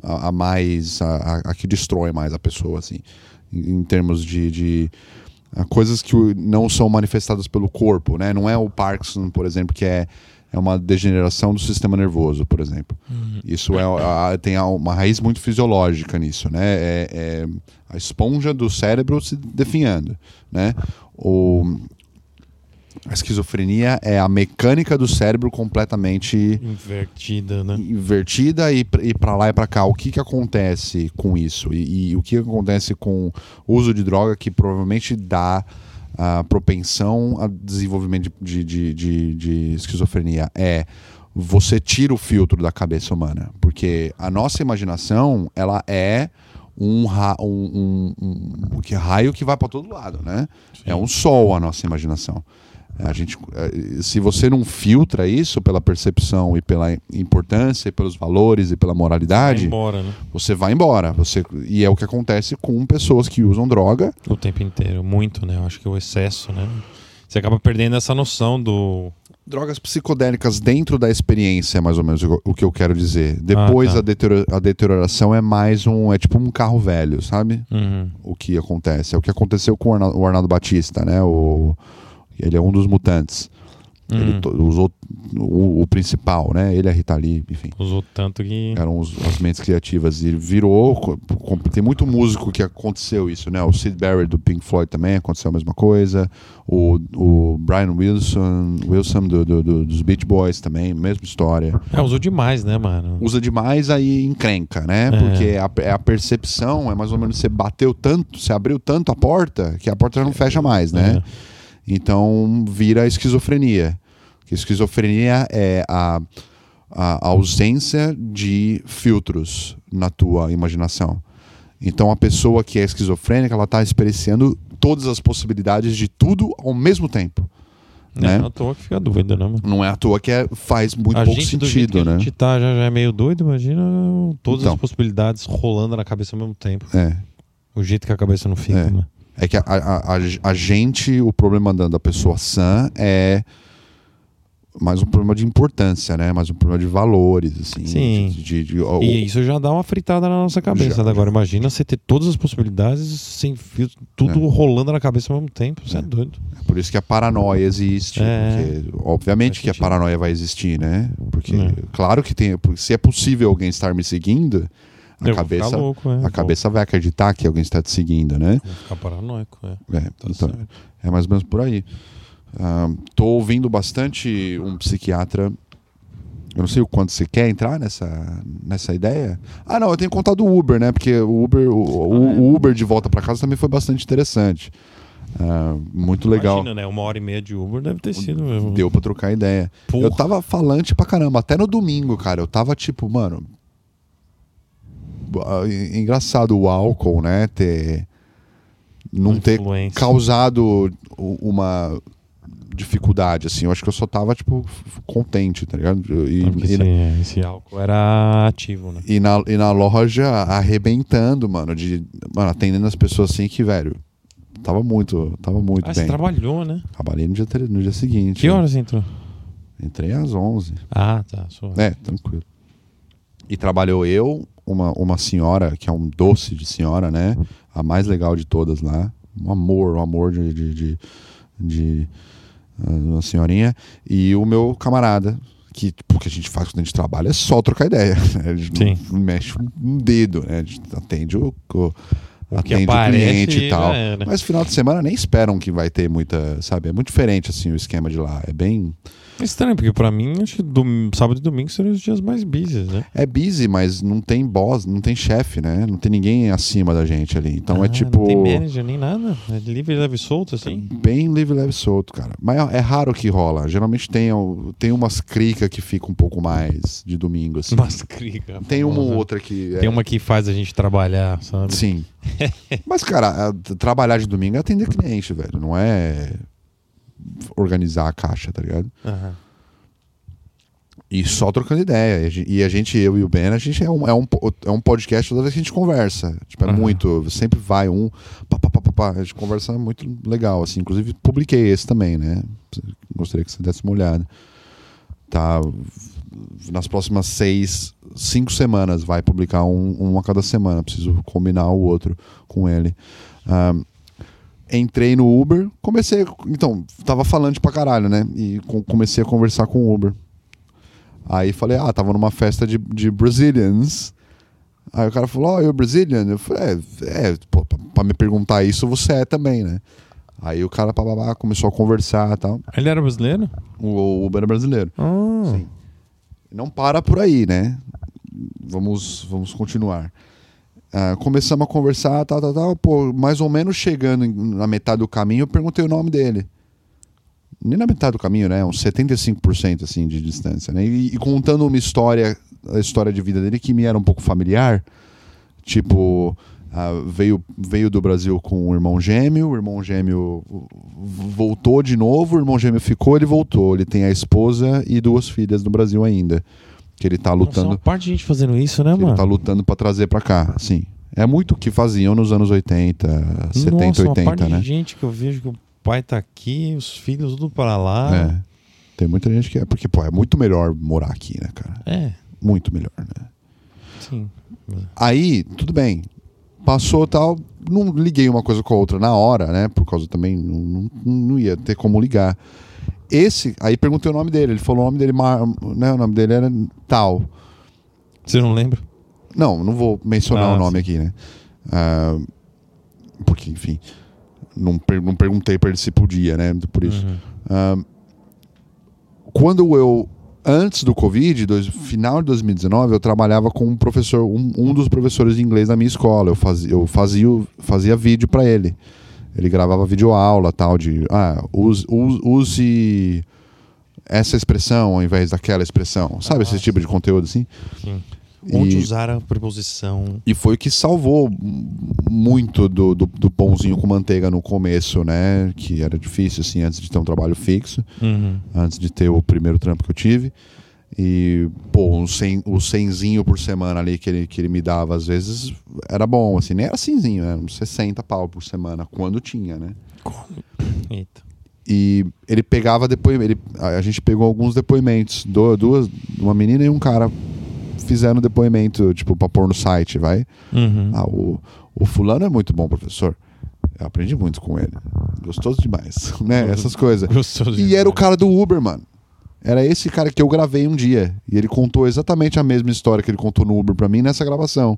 A que destrói mais a pessoa, assim. Em termos de coisas que não são manifestadas pelo corpo, né? Não é o Parkinson, por exemplo, que é uma degeneração do sistema nervoso, por exemplo. Isso tem uma raiz muito fisiológica nisso, né? É a esponja do cérebro se definhando, né? A esquizofrenia é a mecânica do cérebro completamente invertida, né? Invertida e para lá e para cá. O que acontece com isso? E o que acontece com o uso de droga que provavelmente dá a propensão a desenvolvimento de esquizofrenia? Você tira o filtro da cabeça humana. Porque a nossa imaginação, ela é um raio que vai para todo lado, né? Sim. É um sol a nossa imaginação. Se você não filtra isso pela percepção e pela importância, e pelos valores e pela moralidade, você vai embora. E é o que acontece com pessoas que usam droga o tempo inteiro, muito, né? Eu acho que o excesso, né? Você acaba perdendo essa noção do... Drogas psicodélicas dentro da experiência é mais ou menos o que eu quero dizer. Depois a deterioração é tipo um carro velho, sabe? O que acontece. É o que aconteceu com o Arnaldo Batista, né? Ele é um dos mutantes. Ele usou o principal, né? Ele e a Rita Lee, enfim. Usou tanto que... Eram as mentes criativas. E virou... Tem muito músico que aconteceu isso, né? O Sid Barrett do Pink Floyd também aconteceu a mesma coisa. O Brian Wilson dos Beach Boys também, mesma história. Usou demais, né, mano? Usa demais, aí encrenca, né? Porque a percepção é mais ou menos... Você bateu tanto, você abriu tanto a porta, que a porta não fecha mais, né? Então vira a esquizofrenia. A esquizofrenia é a ausência de filtros na tua imaginação. Então a pessoa que é esquizofrênica, ela está experienciando todas as possibilidades de tudo ao mesmo tempo. Né? Não é à toa que fica doido, né, mano? Não é à toa que faz muito pouco sentido, né? A gente tá já é meio doido, imagina todas as possibilidades rolando na cabeça ao mesmo tempo. O jeito que a cabeça não fica, né? É que a gente, o problema da pessoa sã é mais um problema de importância, né? Mais um problema de valores, assim. Sim. E isso já dá uma fritada na nossa cabeça. Agora, imagina você ter todas as possibilidades sem filtro, tudo rolando na cabeça ao mesmo tempo. Você é doido. É por isso que a paranoia existe. Porque, obviamente que a paranoia vai existir, né? Porque, claro que tem... Se é possível alguém estar me seguindo... A cabeça vai acreditar que alguém está te seguindo, né? Vai ficar paranoico, então, é mais ou menos por aí. Tô ouvindo bastante um psiquiatra. Eu não sei o quanto você quer entrar nessa ideia. Não, eu tenho contado o Uber, né? Porque o Uber de volta para casa também foi bastante interessante. Muito legal. Imagina, né? 1h30 de Uber deve ter sido mesmo. Deu pra trocar ideia. Porra. Eu tava falante pra caramba. Até no domingo, cara. Eu tava tipo, mano... Engraçado o álcool, né? Não ter causado uma dificuldade, assim. Eu acho que eu só tava, tipo, contente, tá ligado? Esse álcool era ativo, né? E na loja arrebentando, mano, atendendo as pessoas assim que, velho, tava muito bem. Você trabalhou, né? Trabalhei no dia seguinte. Que horas você entrou? Entrei às 11. Ah, tá. Tranquilo. E trabalhou eu, uma senhora, que é um doce de senhora, né? A mais legal de todas lá. Um amor de uma senhorinha. E o meu camarada, que o que a gente faz quando a gente trabalha é só trocar ideia. Né? A gente não mexe um dedo, né? A gente atende o cliente e tal. Mas no final de semana nem esperam que vai ter muita, sabe? É muito diferente assim o esquema de lá. É bem estranho, porque pra mim, acho que sábado e domingo seriam os dias mais busy, né? É busy, mas não tem boss, não tem chefe, né? Não tem ninguém acima da gente ali. Então é tipo... Não tem manager nem nada? É livre, leve e solto, assim? Bem livre, leve e solto, cara. Mas é raro que rola. Geralmente tem umas cricas que ficam um pouco mais de domingo, assim. Umas cricas. Tem uma ou outra que... Tem uma que faz a gente trabalhar, sabe? Sim. Mas, cara, trabalhar de domingo é atender cliente, velho. Não é organizar a caixa, tá ligado? E só trocando ideia. E a gente, eu e o Ben, a gente é um podcast toda vez que a gente conversa. Tipo, é muito. Sempre vai a gente conversa muito legal, assim. Inclusive, publiquei esse também, né? Gostaria que você desse uma olhada. Tá. Nas próximas 5 semanas vai publicar um a cada semana. Preciso combinar o outro com ele. Entrei no Uber, então, tava falante pra caralho, né? E comecei a conversar com o Uber. Aí falei, tava numa festa de Brazilians. Aí o cara falou, you're Brazilian? Eu falei, pô, pra me perguntar isso, você é também, né? Aí o cara começou a conversar e tal. Ele era brasileiro? O Uber era brasileiro. Sim. Não para por aí, né? Vamos continuar. Começamos a conversar, tal. Pô, mais ou menos chegando na metade do caminho, eu perguntei o nome dele. Nem na metade do caminho, né? Uns 75% assim, de distância, né? E contando a história de vida dele que me era um pouco familiar. Tipo, veio do Brasil com o irmão gêmeo voltou de novo, o irmão gêmeo ficou, ele voltou. Ele tem a esposa e 2 filhas no Brasil ainda. Que ele tá lutando. Nossa, uma parte de gente fazendo isso, né, mano? Ele tá lutando pra trazer pra cá, sim. É muito o que faziam nos anos 80, 70, 80, uma parte né? de gente que eu vejo que o pai tá aqui, os filhos tudo pra lá. Tem muita gente que porque, pô, é muito melhor morar aqui, né, cara? Muito melhor, né? Sim. Aí, tudo bem. Passou tal, não liguei uma coisa com a outra na hora, né? Por causa também, não ia ter como ligar. Aí perguntei o nome dele, ele falou o nome dele, né? O nome dele era tal. Você não lembra? Não vou mencionar o nome aqui, né? Porque, enfim, não perguntei pra ele se podia, né? Por isso. Antes do Covid, final de 2019, eu trabalhava com um professor, um dos professores de inglês da minha escola. Eu fazia vídeo pra ele. Ele gravava videoaula, tal, de use essa expressão ao invés daquela expressão. Sabe esse tipo de conteúdo assim? Sim. Onde usar a preposição. E foi o que salvou muito do pãozinho com manteiga no começo, né? Que era difícil, assim, antes de ter um trabalho fixo. Antes de ter o primeiro trampo que eu tive. E, pô, o 100zinho por semana ali que ele me dava, às vezes, era bom, assim. Nem era 100zinho, era uns 60 pau por semana, quando tinha, né? Eita. E ele pegava a gente pegou alguns depoimentos, uma menina e um cara fizeram depoimento, tipo, pra pôr no site, vai. O fulano é muito bom professor. Eu aprendi muito com ele. Gostoso demais, né? Essas coisas. E era o cara do Uber, mano. Era esse cara que eu gravei um dia. E ele contou exatamente a mesma história que ele contou no Uber pra mim nessa gravação.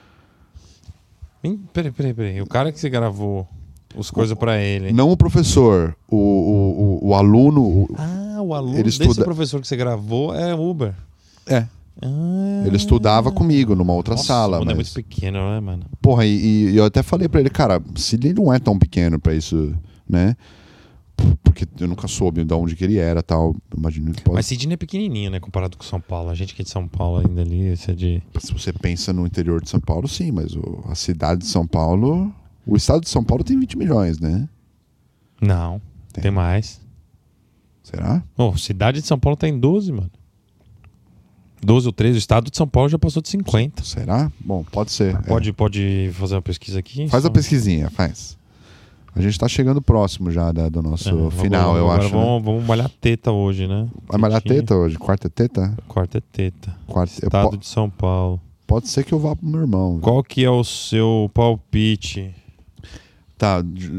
Peraí. O cara que você gravou as coisas pra ele. Não o professor. O aluno. O aluno desse professor que você gravou é Uber. Ele estudava comigo numa outra sala. O mundo é muito pequeno, né, mano? Porra, e eu até falei pra ele, cara, Sidney não é tão pequeno pra isso, né? Porque eu nunca soube de onde que ele era, tal. Imagino que pode... Mas Sidney é pequenininho, né, comparado com São Paulo. A gente que é de São Paulo ainda ali, esse é de... Se você pensa no interior de São Paulo, sim, mas a cidade de São Paulo... O estado de São Paulo tem 20 milhões, né? Não, tem mais. Será? Cidade de São Paulo tá em 12, mano. 12 ou 13. O estado de São Paulo já passou de 50. Será? Bom, pode ser. Pode fazer uma pesquisa aqui? Faz a pesquisinha, faz. A gente tá chegando próximo já do nosso final, eu acho. Vamos malhar teta hoje, né? Vai malhar teta hoje? Quarta é teta? Quarta é teta. Estado de São Paulo. Pode ser que eu vá pro meu irmão. Qual que é o seu palpite? Tá.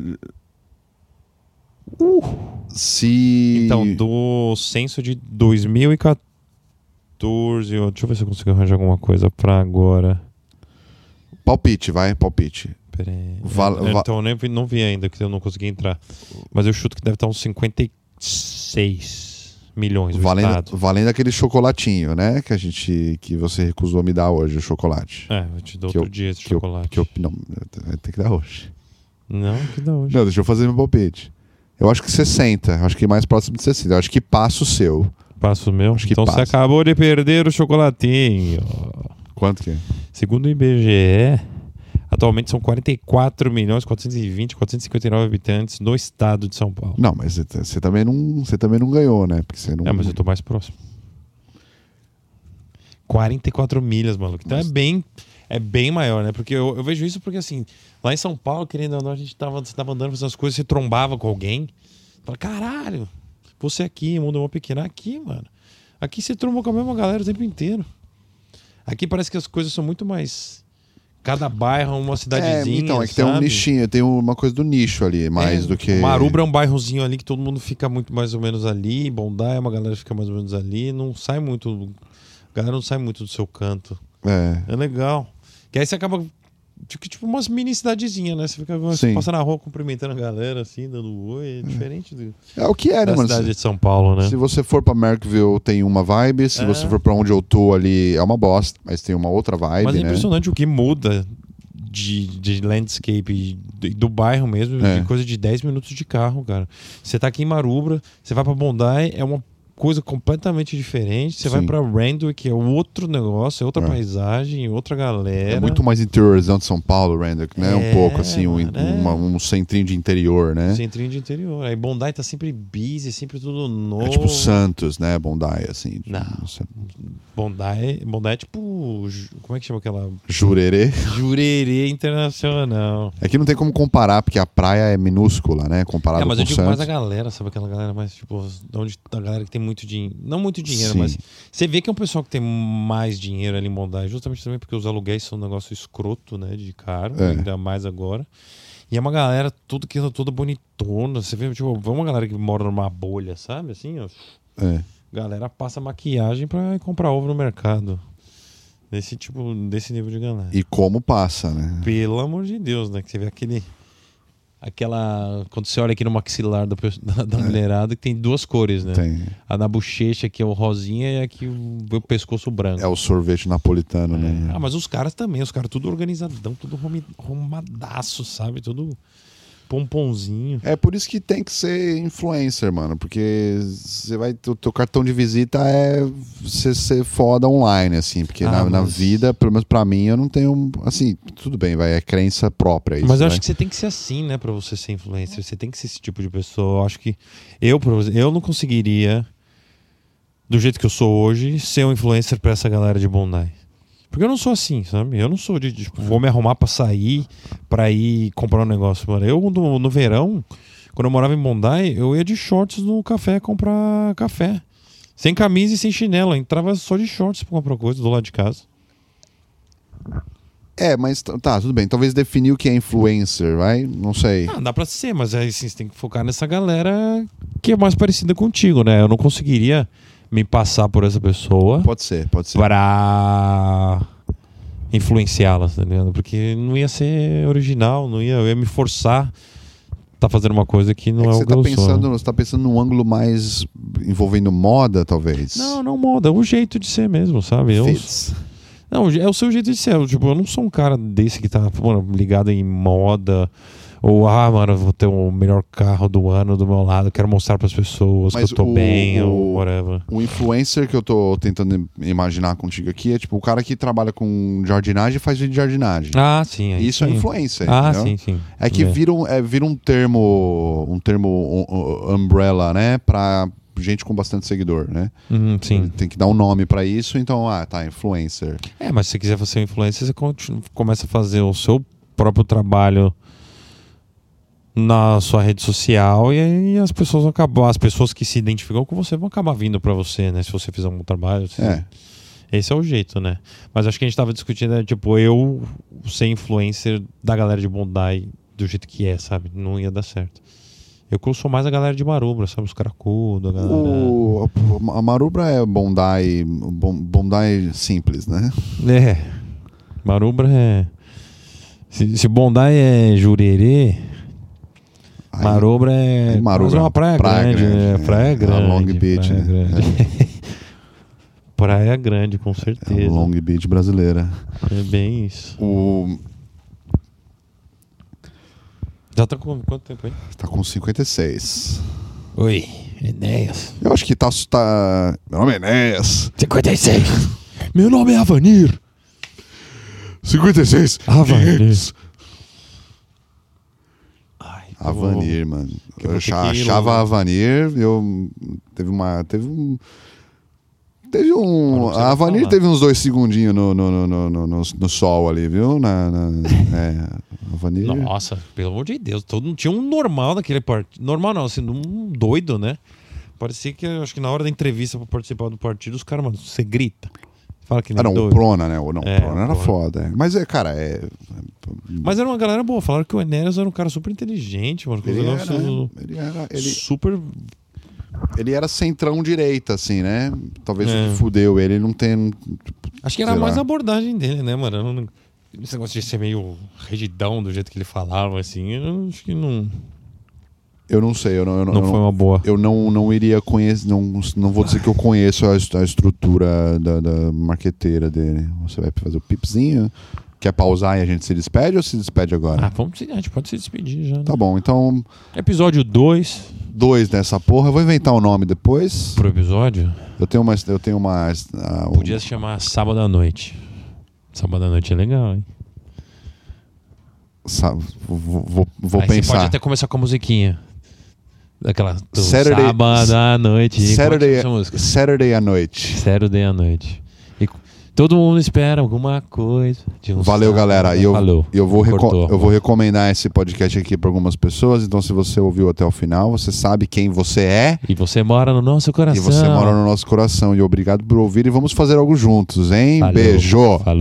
Se... Então, do censo de 2014... Deixa eu ver se eu consigo arranjar alguma coisa pra agora. Palpite, vai, palpite. Pera aí. Então, eu não vi ainda, que eu não consegui entrar. Mas eu chuto que deve estar uns 56 milhões. Valendo aquele chocolatinho, né? Que você recusou me dar hoje, o chocolate. Eu te dou outro dia esse chocolate. Não, vai ter que dar hoje. Não, que dá hoje. Não, deixa eu fazer meu palpite. Eu acho que 60. Eu acho que mais próximo de 60. Eu acho que passa o seu. Passa o meu? Acho que então passa. Você acabou de perder o chocolatinho. Quanto que é? Segundo o IBGE, atualmente são 44.420.459 habitantes no estado de São Paulo. Não, mas você também não ganhou, né? Porque você não... Mas eu tô mais próximo. 44 milhas, maluco. Então é bem maior, né? Porque eu vejo isso porque, assim, lá em São Paulo, querendo ou não, você tava andando fazendo as coisas, você trombava com alguém. Fala, caralho, você aqui, mundo é uma pequena. Aqui, mano. Aqui você trombou com a mesma galera o tempo inteiro. Aqui parece que as coisas são muito mais... Cada bairro é uma cidadezinha, então, é que tem um nichinho, tem uma coisa do nicho ali, mais do que... Marubra é um bairrozinho ali que todo mundo fica muito mais ou menos ali. Bondi é uma galera que fica mais ou menos ali. Não sai muito... A galera não sai muito do seu canto. É legal. Que aí você acaba... Tipo umas mini cidadezinhas, né? Você fica passando na rua cumprimentando a galera, assim, dando oi. É diferente É o que é, né, mano? Da cidade de São Paulo, né? Se você for pra Merckville, tem uma vibe. Se você for pra onde eu tô ali, é uma bosta. Mas tem uma outra vibe, mas é né? impressionante o que muda de landscape do bairro mesmo, de coisa de 10 minutos de carro, cara. Você tá aqui em Marubra, você vai pra Bondi, é uma coisa completamente diferente. Você vai pra Randwick, que é outro negócio, é outra paisagem, outra galera. É muito mais interiorzão de São Paulo, Randwick, né? Um pouco assim, um centrinho de interior, né? Centrinho de interior. Aí Bondi tá sempre busy, sempre tudo novo. É tipo Santos, né? Bondi, assim. Não. Bondi é tipo... Como é que chama aquela... Jurerê Internacional. É que não tem como comparar, porque a praia é minúscula, né? Comparado com Santos. Mas eu digo mais a galera, sabe? Aquela galera mais, tipo... Onde a galera que tem muito dinheiro... Não muito dinheiro, mas... Você vê que é um pessoal que tem mais dinheiro ali em Bondi, justamente também porque os aluguéis são um negócio escroto, né? De caro, ainda mais agora. E é uma galera toda bonitona. Você vê, tipo, uma galera que mora numa bolha, sabe? Assim, ó. Galera passa maquiagem pra comprar ovo no mercado. Desse nível de galera. E como passa, né? Pelo amor de Deus, né? Que você vê quando você olha aqui no maxilar da mulherada, que tem duas cores, né? Tem. A na bochecha, que é o rosinha, e aqui o pescoço branco. É o sorvete napolitano, né? Mas os caras também, tudo organizadão, tudo arrumadaço, sabe? Tudo pomponzinho. É por isso que tem que ser influencer, mano. Porque o teu cartão de visita é você ser foda online, assim. Porque na vida, pelo menos pra mim, eu não tenho... Assim, tudo bem, é crença própria isso. Mas eu acho que você tem que ser assim, né? Pra você ser influencer. Você tem que ser esse tipo de pessoa. Eu acho que eu não conseguiria, do jeito que eu sou hoje, ser um influencer pra essa galera de Bondi. Porque eu não sou assim, sabe? Eu não sou de tipo, vou me arrumar pra sair, pra ir comprar um negócio. Mano. Eu, no verão, quando eu morava em Bondi, eu ia de shorts no café comprar café. Sem camisa e sem chinelo. Eu entrava só de shorts pra comprar coisa do lado de casa. Mas tá, tudo bem. Talvez definir o que é influencer, vai? Não sei. Dá pra ser, mas aí assim, você tem que focar nessa galera que é mais parecida contigo, né? Eu não conseguiria me passar por essa pessoa. Pode ser. Pra influenciá-la, tá ligado? Porque não ia ser original, eu ia me forçar a fazendo uma coisa que não é o que eu sou. Você tá pensando num ângulo mais envolvendo moda, talvez? Não moda, é o jeito de ser mesmo, sabe? Não, é o seu jeito de ser. Eu não sou um cara desse que tá ligado em moda. Ou, mano, eu vou ter o melhor carro do ano do meu lado, quero mostrar pras pessoas que eu tô bem, ou whatever. O influencer que eu tô tentando imaginar contigo aqui é tipo o cara que trabalha com jardinagem e faz vídeo de jardinagem. Sim. Isso sim. É influencer, entendeu? Sim. É que vira um termo umbrella, né, pra gente com bastante seguidor, né? Sim. Tem que dar um nome pra isso, então, influencer. Mas se você quiser ser um influencer, você começa a fazer o seu próprio trabalho na sua rede social e aí as pessoas que se identificam com você vão acabar vindo pra você, né? Se você fizer um bom trabalho. Esse é o jeito, né? Mas acho que a gente tava discutindo, eu ser influencer da galera de Bondi do jeito que sabe? Não ia dar certo. Eu sou mais a galera de Marubra, sabe? Os caracudos, a galera... A Marubra é Bondi simples, né? Marubra é... Se Bondi é Jurerê... Marubra é uma praia grande, né? Praia grande. Long Beach. Praia grande, com certeza. Long Beach brasileira. É bem isso. Já tá com quanto tempo aí? Tá com 56. Oi, Enéas. Eu acho que tá... Meu nome é Enéas. 56. Meu nome é Avanir. 56. Avanir. Avanir, mano. Eu achava Avanir, a Avanir teve uns 2 segundinhos no sol ali, viu? Avanir. Nossa, pelo amor de Deus. Tinha um normal naquele partido. Normal não, assim, um doido, né? Parecia que, acho que na hora da entrevista pra participar do partido, os caras, mano, você grita. Fala que nem doido. O Prona, né? O Prona era foda. Mas Mas era uma galera boa. Falaram que o Enéas era um cara super inteligente, mano. Ele era centrão direita, assim, né? Talvez o que fudeu ele não tem... Acho que era mais a abordagem dele, né, mano? Esse negócio de ser meio regidão do jeito que ele falava, assim, eu acho que não... Eu não sei, não foi uma boa. Eu não iria conhecer, não vou dizer que eu conheço a estrutura da marqueteira dele. Você vai fazer o pipzinho, quer pausar e a gente se despede ou se despede agora? A gente pode se despedir já. Né? Tá bom, então... Episódio 2. 2 dessa porra, eu vou inventar o nome depois. Pro episódio? Eu tenho uma Podia se chamar Sábado à Noite. Sábado à Noite é legal, hein? Vou aí pensar. Você pode até começar com a musiquinha. Daquela Sábado à noite. Saturday à noite. Saturday à noite. E todo mundo espera alguma coisa. Valeu, galera. E eu vou recomendar esse podcast aqui para algumas pessoas. Então, se você ouviu até o final, você sabe quem você é. E você mora no nosso coração. E obrigado por ouvir. E vamos fazer algo juntos, hein? Falou. Beijo. Falou.